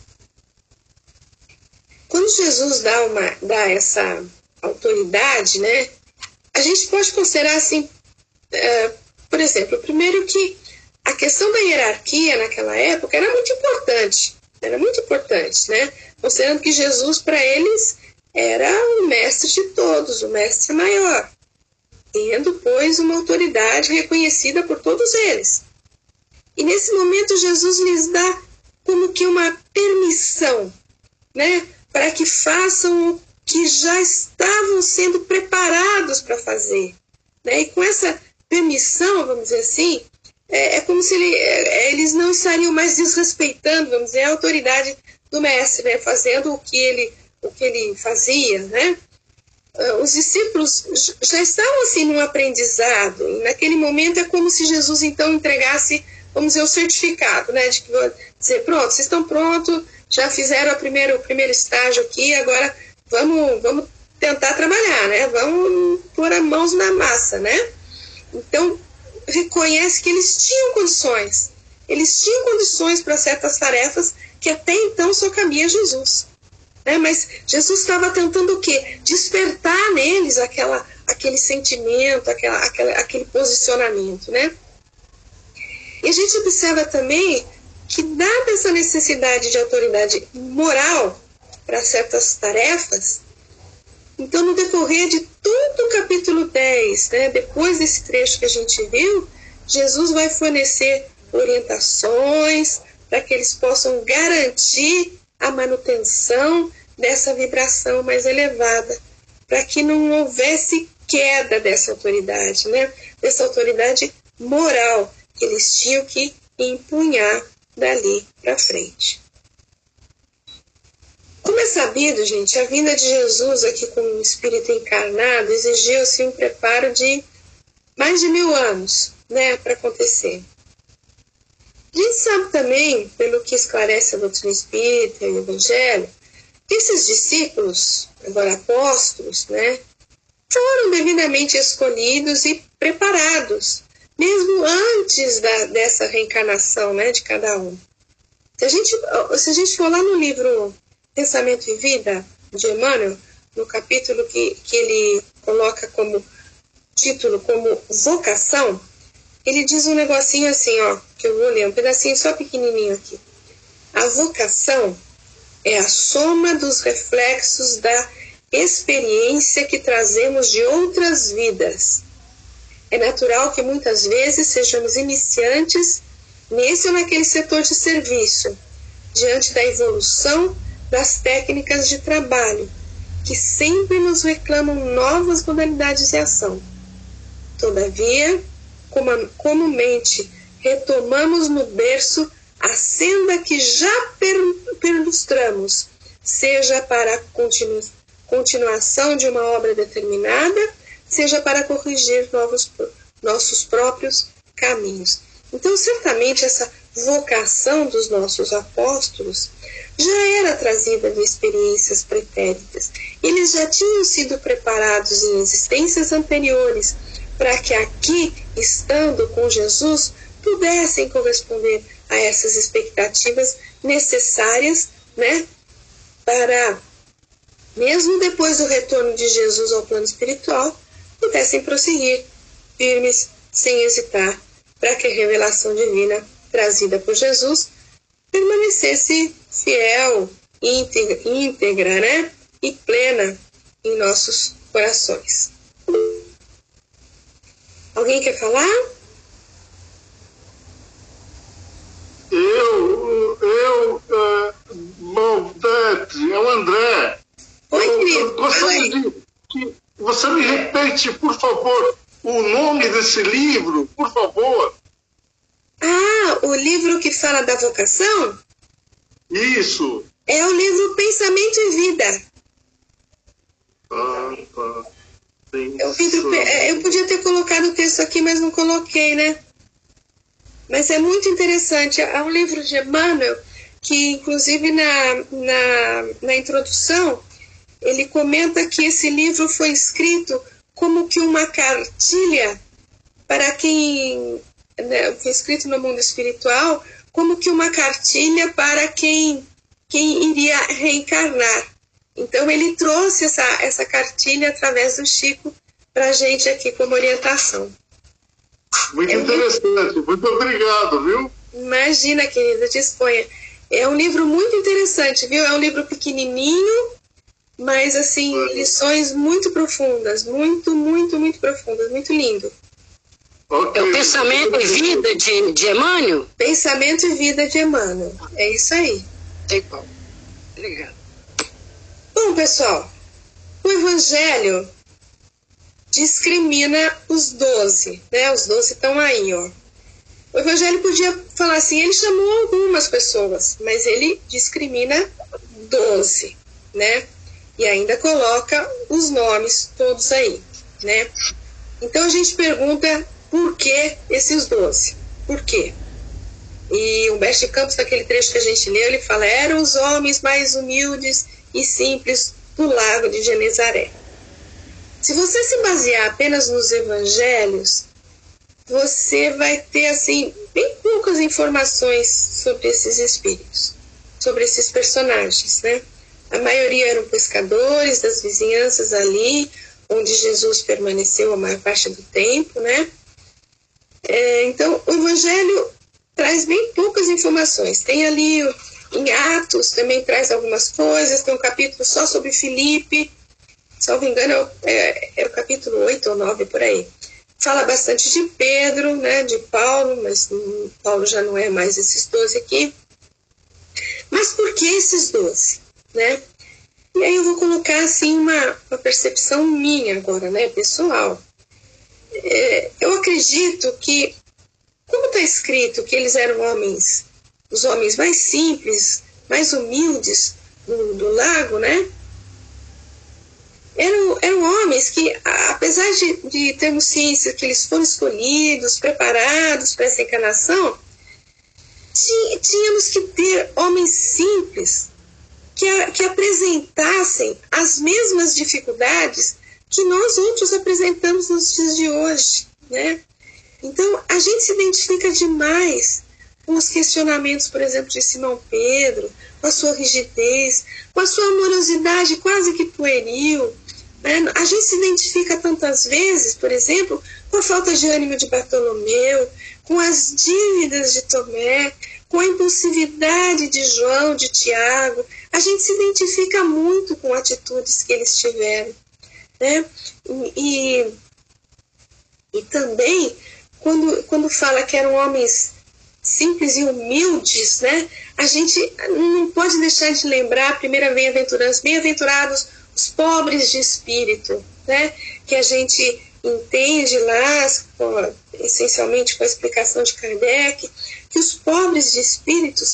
Quando Jesus dá essa autoridade, né, a gente pode considerar assim, por exemplo, primeiro que a questão da hierarquia naquela época era muito importante, né? Considerando que Jesus, para eles, era o mestre de todos, o mestre maior, tendo, pois, uma autoridade reconhecida por todos eles. E nesse momento Jesus lhes dá como que uma permissão, né, para que façam o que já estavam sendo preparados para fazer, né? E com essa permissão, vamos dizer assim, é como se eles não estariam mais desrespeitando, vamos dizer, a autoridade do mestre, né? Fazendo o que ele fazia, né? Os discípulos já estavam assim num aprendizado, e naquele momento é como se Jesus então entregasse, vamos dizer, o certificado, né? De dizer, pronto, vocês estão prontos, já fizeram o primeiro estágio aqui, agora vamos tentar trabalhar, né? Vamos pôr as mãos na massa, né? Então, reconhece que eles tinham condições para certas tarefas que até então só cabia a Jesus, né? Mas Jesus estava tentando o quê? Despertar neles aquele sentimento, aquele posicionamento, né? E a gente observa também que, dada essa necessidade de autoridade moral para certas tarefas, então, no decorrer de todo o capítulo 10, né, depois desse trecho que a gente viu, Jesus vai fornecer orientações para que eles possam garantir a manutenção dessa vibração mais elevada, para que não houvesse queda dessa autoridade, né, dessa autoridade moral que eles tinham que empunhar dali para frente. Como é sabido, gente, a vinda de Jesus aqui como um espírito encarnado exigiu assim, um preparo de mais de 1000 anos, né, para acontecer. A gente sabe também, pelo que esclarece a doutrina espírita e o Evangelho, que esses discípulos, agora apóstolos, né, foram devidamente escolhidos e preparados, mesmo antes dessa reencarnação, né, de cada um. Se a gente for lá no livro Pensamento e Vida, de Emmanuel, no capítulo que ele coloca como título, como vocação, ele diz um negocinho assim, ó, que eu vou ler, um pedacinho só pequenininho aqui. A vocação é a soma dos reflexos da experiência que trazemos de outras vidas. É natural que muitas vezes sejamos iniciantes nesse ou naquele setor de serviço, diante da evolução das técnicas de trabalho, que sempre nos reclamam novas modalidades de ação. Todavia, comumente retomamos no berço a senda que já perlustramos, seja para a continuação de uma obra determinada, seja para corrigir nossos próprios caminhos. Então, certamente, essa vocação dos nossos apóstolos já era trazida de experiências pretéritas. Eles já tinham sido preparados em existências anteriores para que aqui, estando com Jesus, pudessem corresponder a essas expectativas necessárias, né, para, mesmo depois do retorno de Jesus ao plano espiritual, pudessem prosseguir firmes, sem hesitar, para que a revelação divina trazida por Jesus permanecesse fiel, íntegra, né? E plena em nossos corações. Alguém quer falar? Valdete, é o André. Oi, querido. Eu gostaria de que você me repete, por favor, o nome desse livro, por favor. Ah, o livro que fala da vocação? Isso. É o livro Pensamento e Vida. Tá. Eu podia ter colocado o texto aqui, mas não coloquei, né? Mas é muito interessante. É um livro de Emmanuel, que inclusive na introdução, ele comenta que esse livro foi escrito como que uma cartilha para quem, né, foi escrito no mundo espiritual, como que uma cartilha para quem iria reencarnar. Então ele trouxe essa cartilha através do Chico para a gente aqui como orientação. Muito interessante, muito obrigado, viu? Imagina, querida, disponha. É um livro muito interessante, viu? É um livro pequenininho, mas assim, lições muito profundas, muito profundas, muito lindo. Okay. É o Pensamento e Vida de Emmanuel? Pensamento e Vida de Emmanuel, é isso aí. Obrigado. Bom, pessoal, o Evangelho discrimina os 12, né? Os 12 estão aí, ó. O Evangelho podia falar assim, ele chamou algumas pessoas, mas ele discrimina 12, né? E ainda coloca os nomes todos aí, né? Então a gente pergunta por que esses 12? Por quê? E Humberto de Campos, naquele trecho que a gente leu, ele fala, eram os homens mais humildes e simples do lago de Genezaré. Se você se basear apenas nos evangelhos, você vai ter, assim, bem poucas informações sobre esses espíritos, sobre esses personagens, né? A maioria eram pescadores das vizinhanças ali, onde Jesus permaneceu a maior parte do tempo, né? Então, o evangelho traz bem poucas informações. Tem ali, em Atos, também traz algumas coisas, tem um capítulo só sobre Filipe, salvo engano, é o capítulo 8 ou 9, por aí. Fala bastante de Pedro, né, de Paulo, mas Paulo já não é mais esses 12 aqui. Mas por que esses 12? Né? E aí eu vou colocar assim uma percepção minha agora, né, pessoal. Eu acredito que, como está escrito que eles eram homens, os homens mais simples, mais humildes do lago, né? Eram homens que, apesar de termos ciência que eles foram escolhidos, preparados para essa encarnação, tínhamos que ter homens simples que apresentassem as mesmas dificuldades que nós outros apresentamos nos dias de hoje, né? Então, a gente se identifica demais com os questionamentos, por exemplo, de Simão Pedro, com a sua rigidez, com a sua amorosidade quase que pueril, né? A gente se identifica tantas vezes, por exemplo, com a falta de ânimo de Bartolomeu, com as dívidas de Tomé, com a impulsividade de João, de Tiago. A gente se identifica muito com atitudes que eles tiveram, né? E também, quando fala que eram homens simples e humildes, né? A gente não pode deixar de lembrar a primeira bem-aventurança, bem-aventurados os pobres de espírito, né? Que a gente entende lá, essencialmente com a explicação de Kardec, que os pobres de espíritos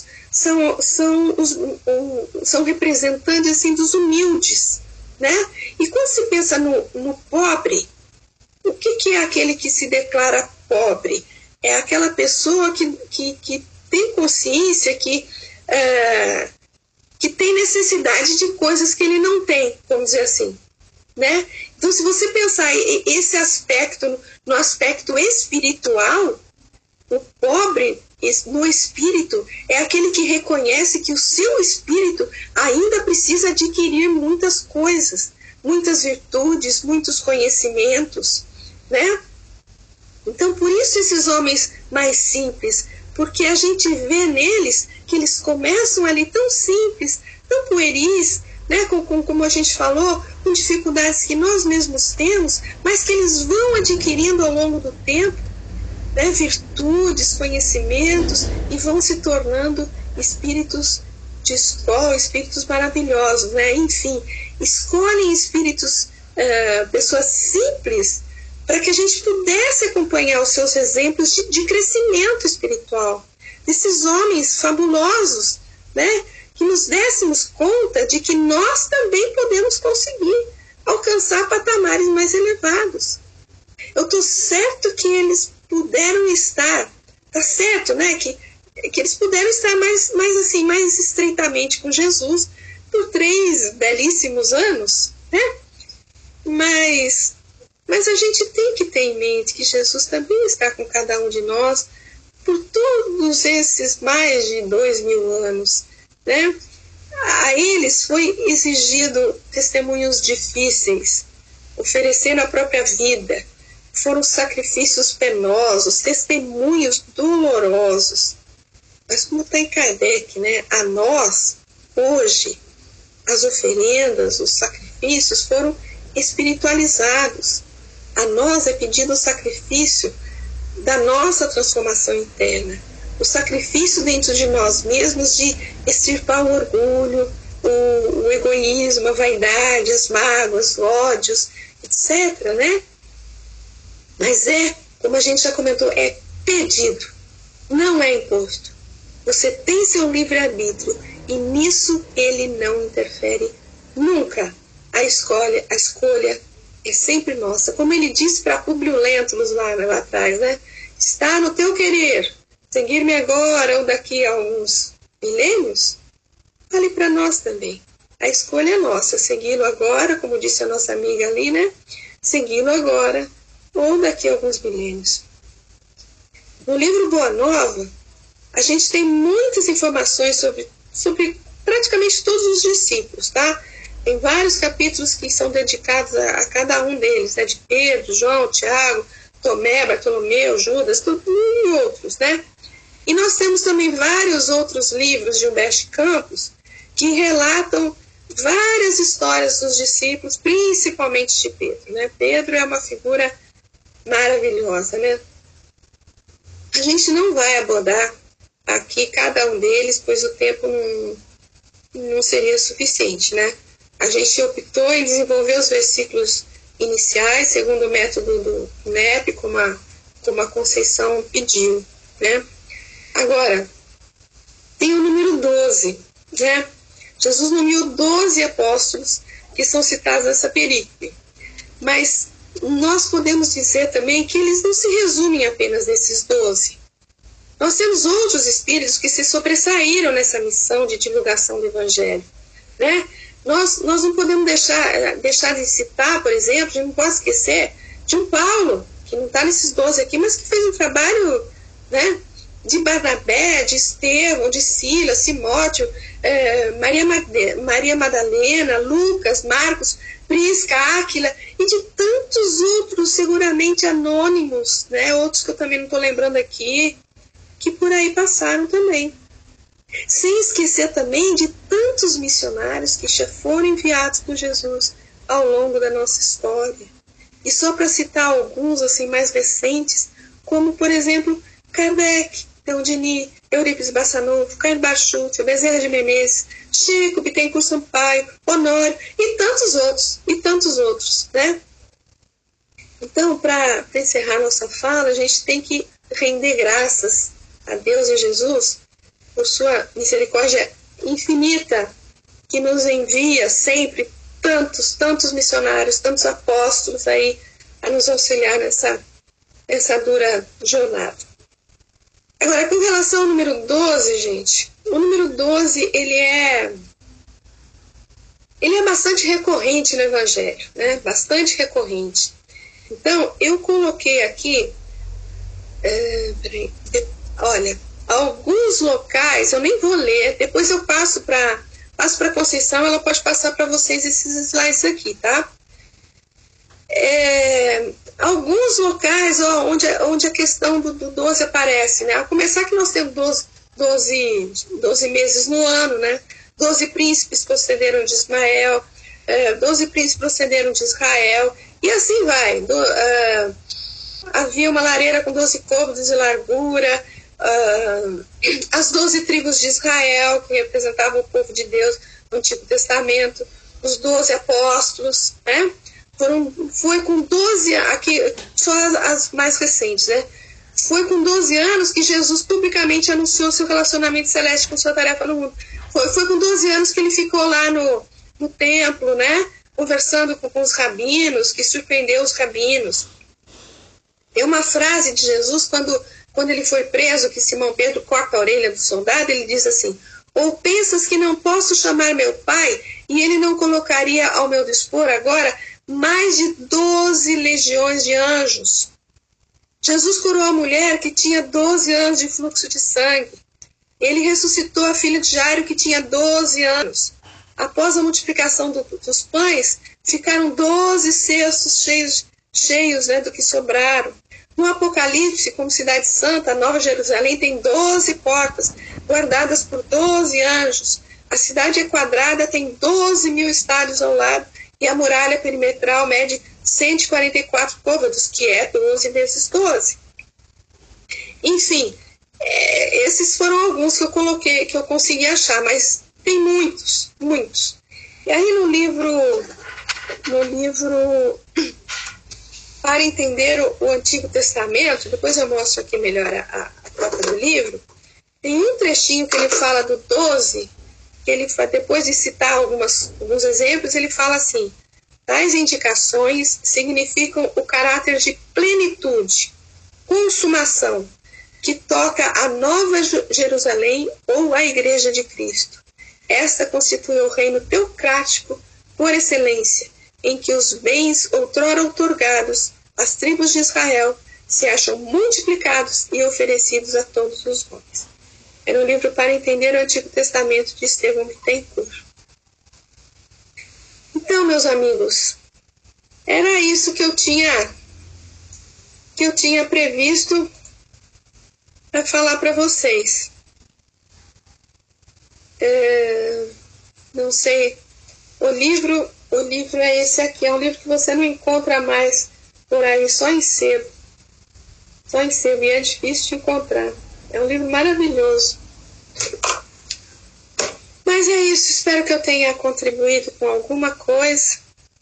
são representantes assim, dos humildes, né? E quando se pensa no pobre, o que é aquele que se declara pobre? É aquela pessoa que tem consciência, que tem necessidade de coisas que ele não tem, vamos dizer assim, né? Então, se você pensar esse aspecto, no aspecto espiritual, o pobre no espírito é aquele que reconhece que o seu espírito ainda precisa adquirir muitas coisas, muitas virtudes, muitos conhecimentos, né? Então, por isso esses homens mais simples, porque a gente vê neles que eles começam ali tão simples, tão pueris, né, como a gente falou, com dificuldades que nós mesmos temos, mas que eles vão adquirindo ao longo do tempo, né, virtudes, conhecimentos, e vão se tornando espíritos de escola, espíritos maravilhosos, né? Enfim, escolhem espíritos, pessoas simples, para que a gente pudesse acompanhar os seus exemplos de crescimento espiritual, desses homens fabulosos, né? Que nos dessemos conta de que nós também podemos conseguir alcançar patamares mais elevados. Eu estou certo que eles puderam estar, tá certo, né? Que eles puderam estar mais estreitamente com Jesus por 3 belíssimos anos, né? Mas a gente tem que ter em mente que Jesus também está com cada um de nós por todos esses mais de 2000 anos, né? A eles foi exigido testemunhos difíceis, oferecendo a própria vida. Foram sacrifícios penosos, testemunhos dolorosos. Mas como está em Kardec, né? A nós, hoje, as oferendas, os sacrifícios foram espiritualizados. A nós é pedido o sacrifício da nossa transformação interna, o sacrifício dentro de nós mesmos de extirpar o orgulho, o egoísmo, a vaidade, as mágoas, os ódios, etc., né? Mas como a gente já comentou, é pedido, não é imposto. Você tem seu livre-arbítrio e nisso ele não interfere nunca. A escolha é sempre nossa. Como ele disse para Públio Lentulus lá atrás, né? Está no teu querer seguir-me agora ou daqui a alguns milênios? Vale para nós também. A escolha é nossa, segui-lo agora, como disse a nossa amiga ali, né? Segui-lo agora ou daqui a alguns milênios. No livro Boa Nova, a gente tem muitas informações sobre praticamente todos os discípulos, tá? Tem vários capítulos que são dedicados a cada um deles, né? De Pedro, João, Tiago, Tomé, Bartolomeu, Judas, e outros, né? E nós temos também vários outros livros de Humberto Campos que relatam várias histórias dos discípulos, principalmente de Pedro, né? Pedro é uma figura maravilhosa, né? A gente não vai abordar aqui cada um deles, pois o tempo não seria suficiente, né? A gente optou em desenvolver os versículos iniciais, segundo o método do NEP, como a Conceição pediu, né? Agora, tem o número 12, né? Jesus nomeou 12 apóstolos que são citados nessa perícope, mas nós podemos dizer também que eles não se resumem apenas nesses 12. Nós temos outros espíritos que se sobressaíram nessa missão de divulgação do Evangelho, né? Nós não podemos deixar de citar, por exemplo, a gente não pode esquecer de um Paulo, que não está nesses 12 aqui, mas que fez um trabalho, né, de Barnabé, de Estevão, de Silas, Timóteo, Maria Madalena, Lucas, Marcos, Prisca, Áquila, e de tantos outros, seguramente anônimos, né, outros que eu também não estou lembrando aqui, que por aí passaram também. Sem esquecer também de tantos missionários que já foram enviados por Jesus ao longo da nossa história. E só para citar alguns assim mais recentes, como por exemplo Kardec, Deodini, Eurípides Bassanufo, Caio Bachuti, Bezerra de Menezes, Chico, Bittencourt Sampaio, Honório e tantos outros, né? Então, para encerrar nossa fala, a gente tem que render graças a Deus e Jesus por sua misericórdia infinita, que nos envia sempre tantos missionários, tantos apóstolos aí a nos auxiliar nessa dura jornada. Agora, com relação ao número 12, gente, o número 12, ele é bastante recorrente no Evangelho, né? Bastante recorrente. Então, eu coloquei aqui, olha, alguns locais, eu nem vou ler, depois eu passo para a Conceição, ela pode passar para vocês esses slides aqui, tá? alguns locais onde a questão do 12 aparece, né? A começar que nós temos 12 meses no ano, né? 12 príncipes procederam de Ismael, 12 príncipes procederam de Israel, e assim vai. Havia uma lareira com 12 côvados de largura, as 12 tribos de Israel, que representavam o povo de Deus no Antigo Testamento, os 12 apóstolos, né? Foi com 12, aqui só as mais recentes, né? Foi com 12 anos que Jesus publicamente anunciou seu relacionamento celeste com sua tarefa no mundo. Foi com 12 anos que ele ficou lá no templo, né? Conversando com os rabinos, que surpreendeu os rabinos. Tem uma frase de Jesus, quando ele foi preso, que Simão Pedro corta a orelha do soldado, ele diz assim: ou pensas que não posso chamar meu pai, e ele não colocaria ao meu dispor agora mais de 12 legiões de anjos? Jesus curou a mulher que tinha 12 anos de fluxo de sangue. Ele ressuscitou a filha de Jairo, que tinha 12 anos. Após a multiplicação dos pães, ficaram 12 cestos cheios, né, do que sobraram. No Apocalipse, como cidade santa, a Nova Jerusalém tem 12 portas, guardadas por 12 anjos. A cidade é quadrada, tem 12 mil estádios ao lado, e a muralha perimetral mede 144 côvados, que é 12 vezes 12. Enfim, esses foram alguns que eu coloquei, que eu consegui achar, mas tem muitos. E aí no livro Para Entender o Antigo Testamento, depois eu mostro aqui melhor a cópia do livro, tem um trechinho que ele fala do 12, que ele, depois de citar alguns exemplos, ele fala assim: tais indicações significam o caráter de plenitude, consumação, que toca a Nova Jerusalém ou a Igreja de Cristo. Esta constitui o reino teocrático por excelência, em que os bens outrora outorgados às tribos de Israel se acham multiplicados e oferecidos a todos os homens. É no livro Para Entender o Antigo Testamento, de Estevão Bittencourt. Então, meus amigos, era isso que eu tinha previsto para falar para vocês. Não sei, o livro é esse aqui, é um livro que você não encontra mais por aí, só em sebo, e é difícil de encontrar. É um livro maravilhoso. Mas é isso, espero que eu tenha contribuído com alguma coisa.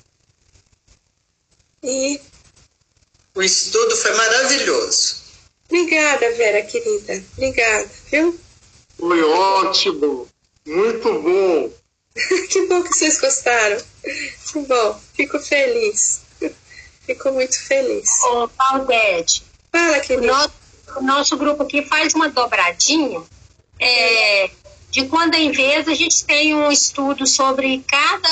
E o estudo foi maravilhoso. Obrigada, Vera, querida. Obrigada, viu? Foi ótimo. Muito bom. Que bom que vocês gostaram. Que bom. Fico feliz. Fico muito feliz. Ô, Valdete. Fala, querida. O nosso grupo aqui faz uma dobradinha. De quando em vez a gente tem um estudo sobre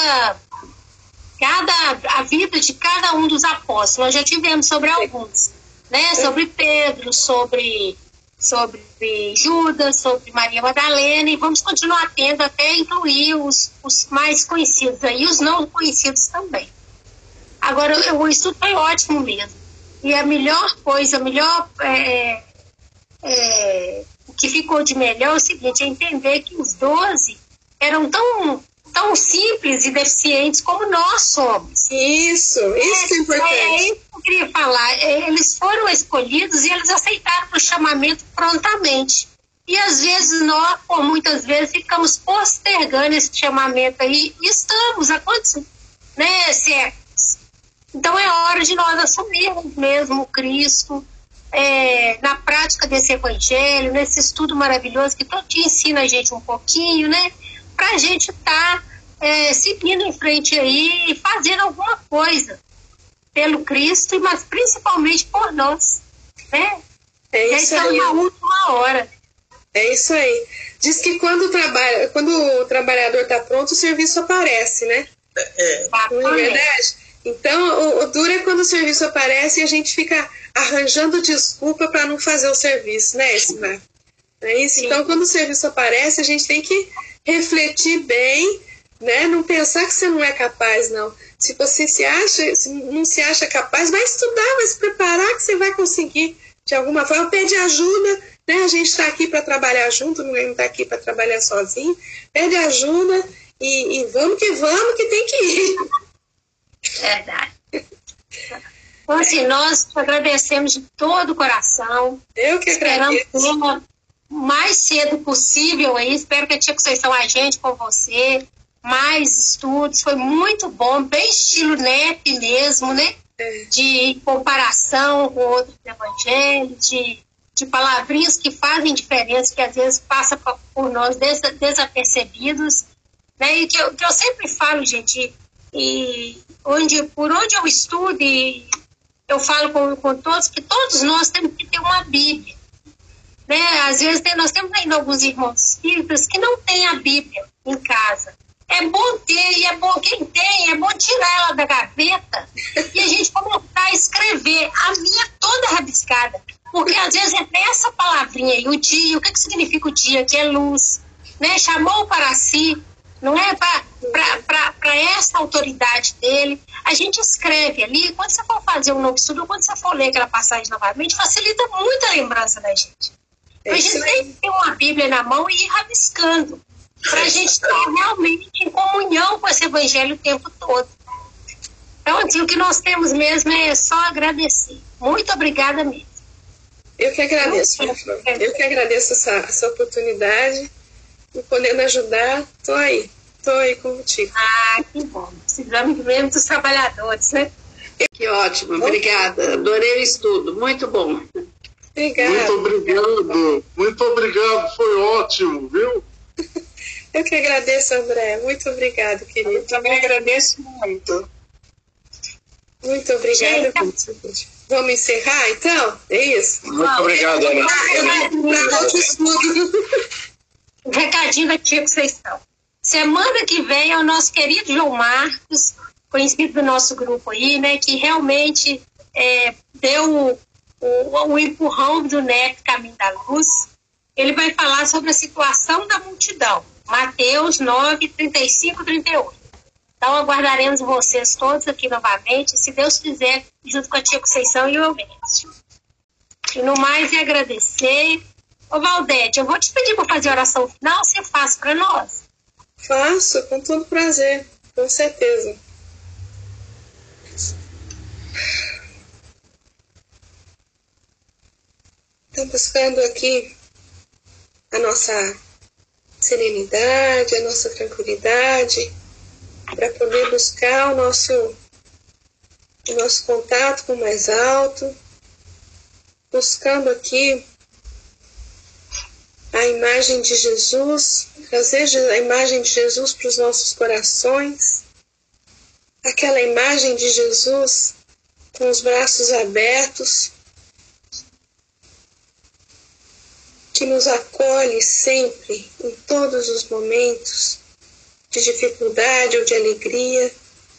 a vida de cada um dos apóstolos. Nós já tivemos sobre alguns, né? Sobre Pedro, sobre Judas, sobre Maria Madalena, e vamos continuar tendo até incluir os mais conhecidos aí, os não conhecidos também. Agora, o estudo foi ótimo mesmo. E a melhor coisa, o que ficou de melhor é o seguinte: é entender que os 12 eram tão simples e deficientes como nós somos. Isso que é importante. É isso que eu queria falar. Eles foram escolhidos e eles aceitaram o chamamento prontamente. E às vezes nós, por muitas vezes, ficamos postergando esse chamamento aí, e estamos há quantos, né, séculos. Então é hora de nós assumirmos mesmo o Cristo, na prática desse evangelho, nesse estudo maravilhoso que todo dia ensina a gente um pouquinho, né? Para a gente estar seguindo em frente aí e fazendo alguma coisa pelo Cristo, mas principalmente por nós, né? É isso aí. Na última hora. É isso aí. Diz que quando o trabalhador está pronto, o serviço aparece, né? Não é verdade? Então, o duro é quando o serviço aparece e a gente fica arranjando desculpa para não fazer o serviço, né, Esmar? Não é isso? Sim. Então, quando o serviço aparece, a gente tem que refletir bem né? Não pensar que você não é capaz, não. Se você não se acha capaz, vai estudar, vai se preparar que você vai conseguir de alguma forma. Pede ajuda, né? A gente está aqui para trabalhar junto, ninguém está aqui para trabalhar sozinho. Pede ajuda e vamos que tem que ir. Verdade. Então, assim, nós agradecemos de todo o coração. Eu que agradeço. Esperamos o mais cedo possível aí. Espero que a Tia Conceição agende com você. Mais estudos. Foi muito bom. Bem estilo NEP mesmo, né? De comparação com outros evangelhos, de palavrinhas que fazem diferença, que às vezes passa por nós desapercebidos. Né? E que eu sempre falo, gente, e por onde eu estudo, e eu falo com todos, que todos nós temos que ter uma Bíblia. Né? Às vezes nós temos ainda alguns irmãos espíritas que não têm a Bíblia em casa. É bom ter, e é bom quem tem, é bom tirar ela da gaveta e a gente começar a escrever. A minha toda rabiscada. Porque às vezes é essa palavrinha aí, o dia, o que significa o dia, que é luz, né? Chamou para si, não é para essa autoridade dele. A gente escreve ali, quando você for fazer um novo estudo, quando você for ler aquela passagem novamente, facilita muito a lembrança da gente. Então, a gente tem que ter uma Bíblia na mão e ir rabiscando, para a gente estar realmente em comunhão com esse evangelho o tempo todo. Então, assim, o que nós temos mesmo é só agradecer. Muito obrigada mesmo. Eu que agradeço, minha Flor. Eu que agradeço essa oportunidade e podendo ajudar, tô aí contigo. Ah, que bom. Precisamos mesmo dos trabalhadores, né? Que ótimo, obrigada. Adorei o estudo, muito bom. Obrigada. Muito obrigado, foi ótimo, viu? Eu que agradeço, André. Muito obrigado, querido. Eu também agradeço muito. Muito obrigada. Vamos encerrar, então? É isso? Muito obrigado, Ana. Um recadinho da Tia Conceição. Semana que vem é o nosso querido João Marcos, conhecido do nosso grupo aí, né, que realmente deu o empurrão do NEP Caminho da Luz. Ele vai falar sobre a situação da multidão. Mateus 9, 35 e 38. Então, aguardaremos vocês todos aqui novamente, se Deus quiser, junto com a Tia Conceição e o Elvésio. E no mais, é agradecer. Ô, Valdete, eu vou te pedir para fazer a oração final, você faz para nós? Faço, com todo prazer, com certeza. Então, buscando aqui a nossa serenidade, a nossa tranquilidade, para poder buscar o nosso contato com o mais alto, buscando aqui a imagem de Jesus, trazer a imagem de Jesus para os nossos corações, aquela imagem de Jesus com os braços abertos, que nos acolhe sempre, em todos os momentos de dificuldade ou de alegria.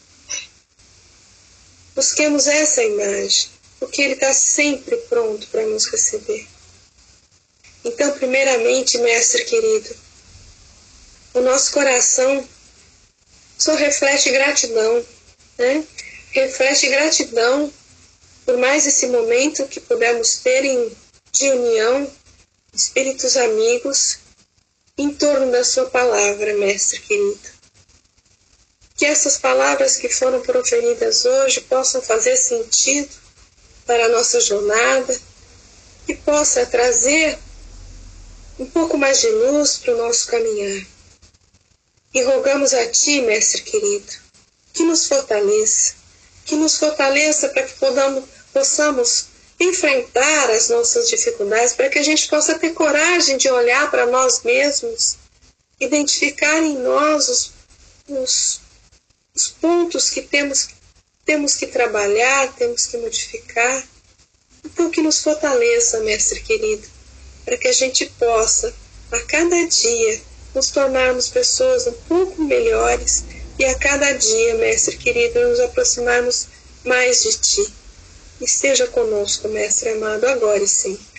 Busquemos essa imagem, porque Ele está sempre pronto para nos receber. Então, primeiramente, Mestre querido, o nosso coração só reflete gratidão, né? Reflete gratidão por mais esse momento que pudemos ter de união, espíritos amigos, em torno da sua palavra, Mestre querido. Que essas palavras que foram proferidas hoje possam fazer sentido para a nossa jornada e possa trazer um pouco mais de luz para o nosso caminhar. E rogamos a Ti, Mestre querido, que nos fortaleça para que possamos enfrentar as nossas dificuldades, para que a gente possa ter coragem de olhar para nós mesmos, identificar em nós os pontos que temos que trabalhar, temos que modificar. Então, que nos fortaleça, Mestre querido, para que a gente possa, a cada dia, nos tornarmos pessoas um pouco melhores e a cada dia, Mestre querido, nos aproximarmos mais de Ti. Esteja conosco, Mestre amado, agora e sempre.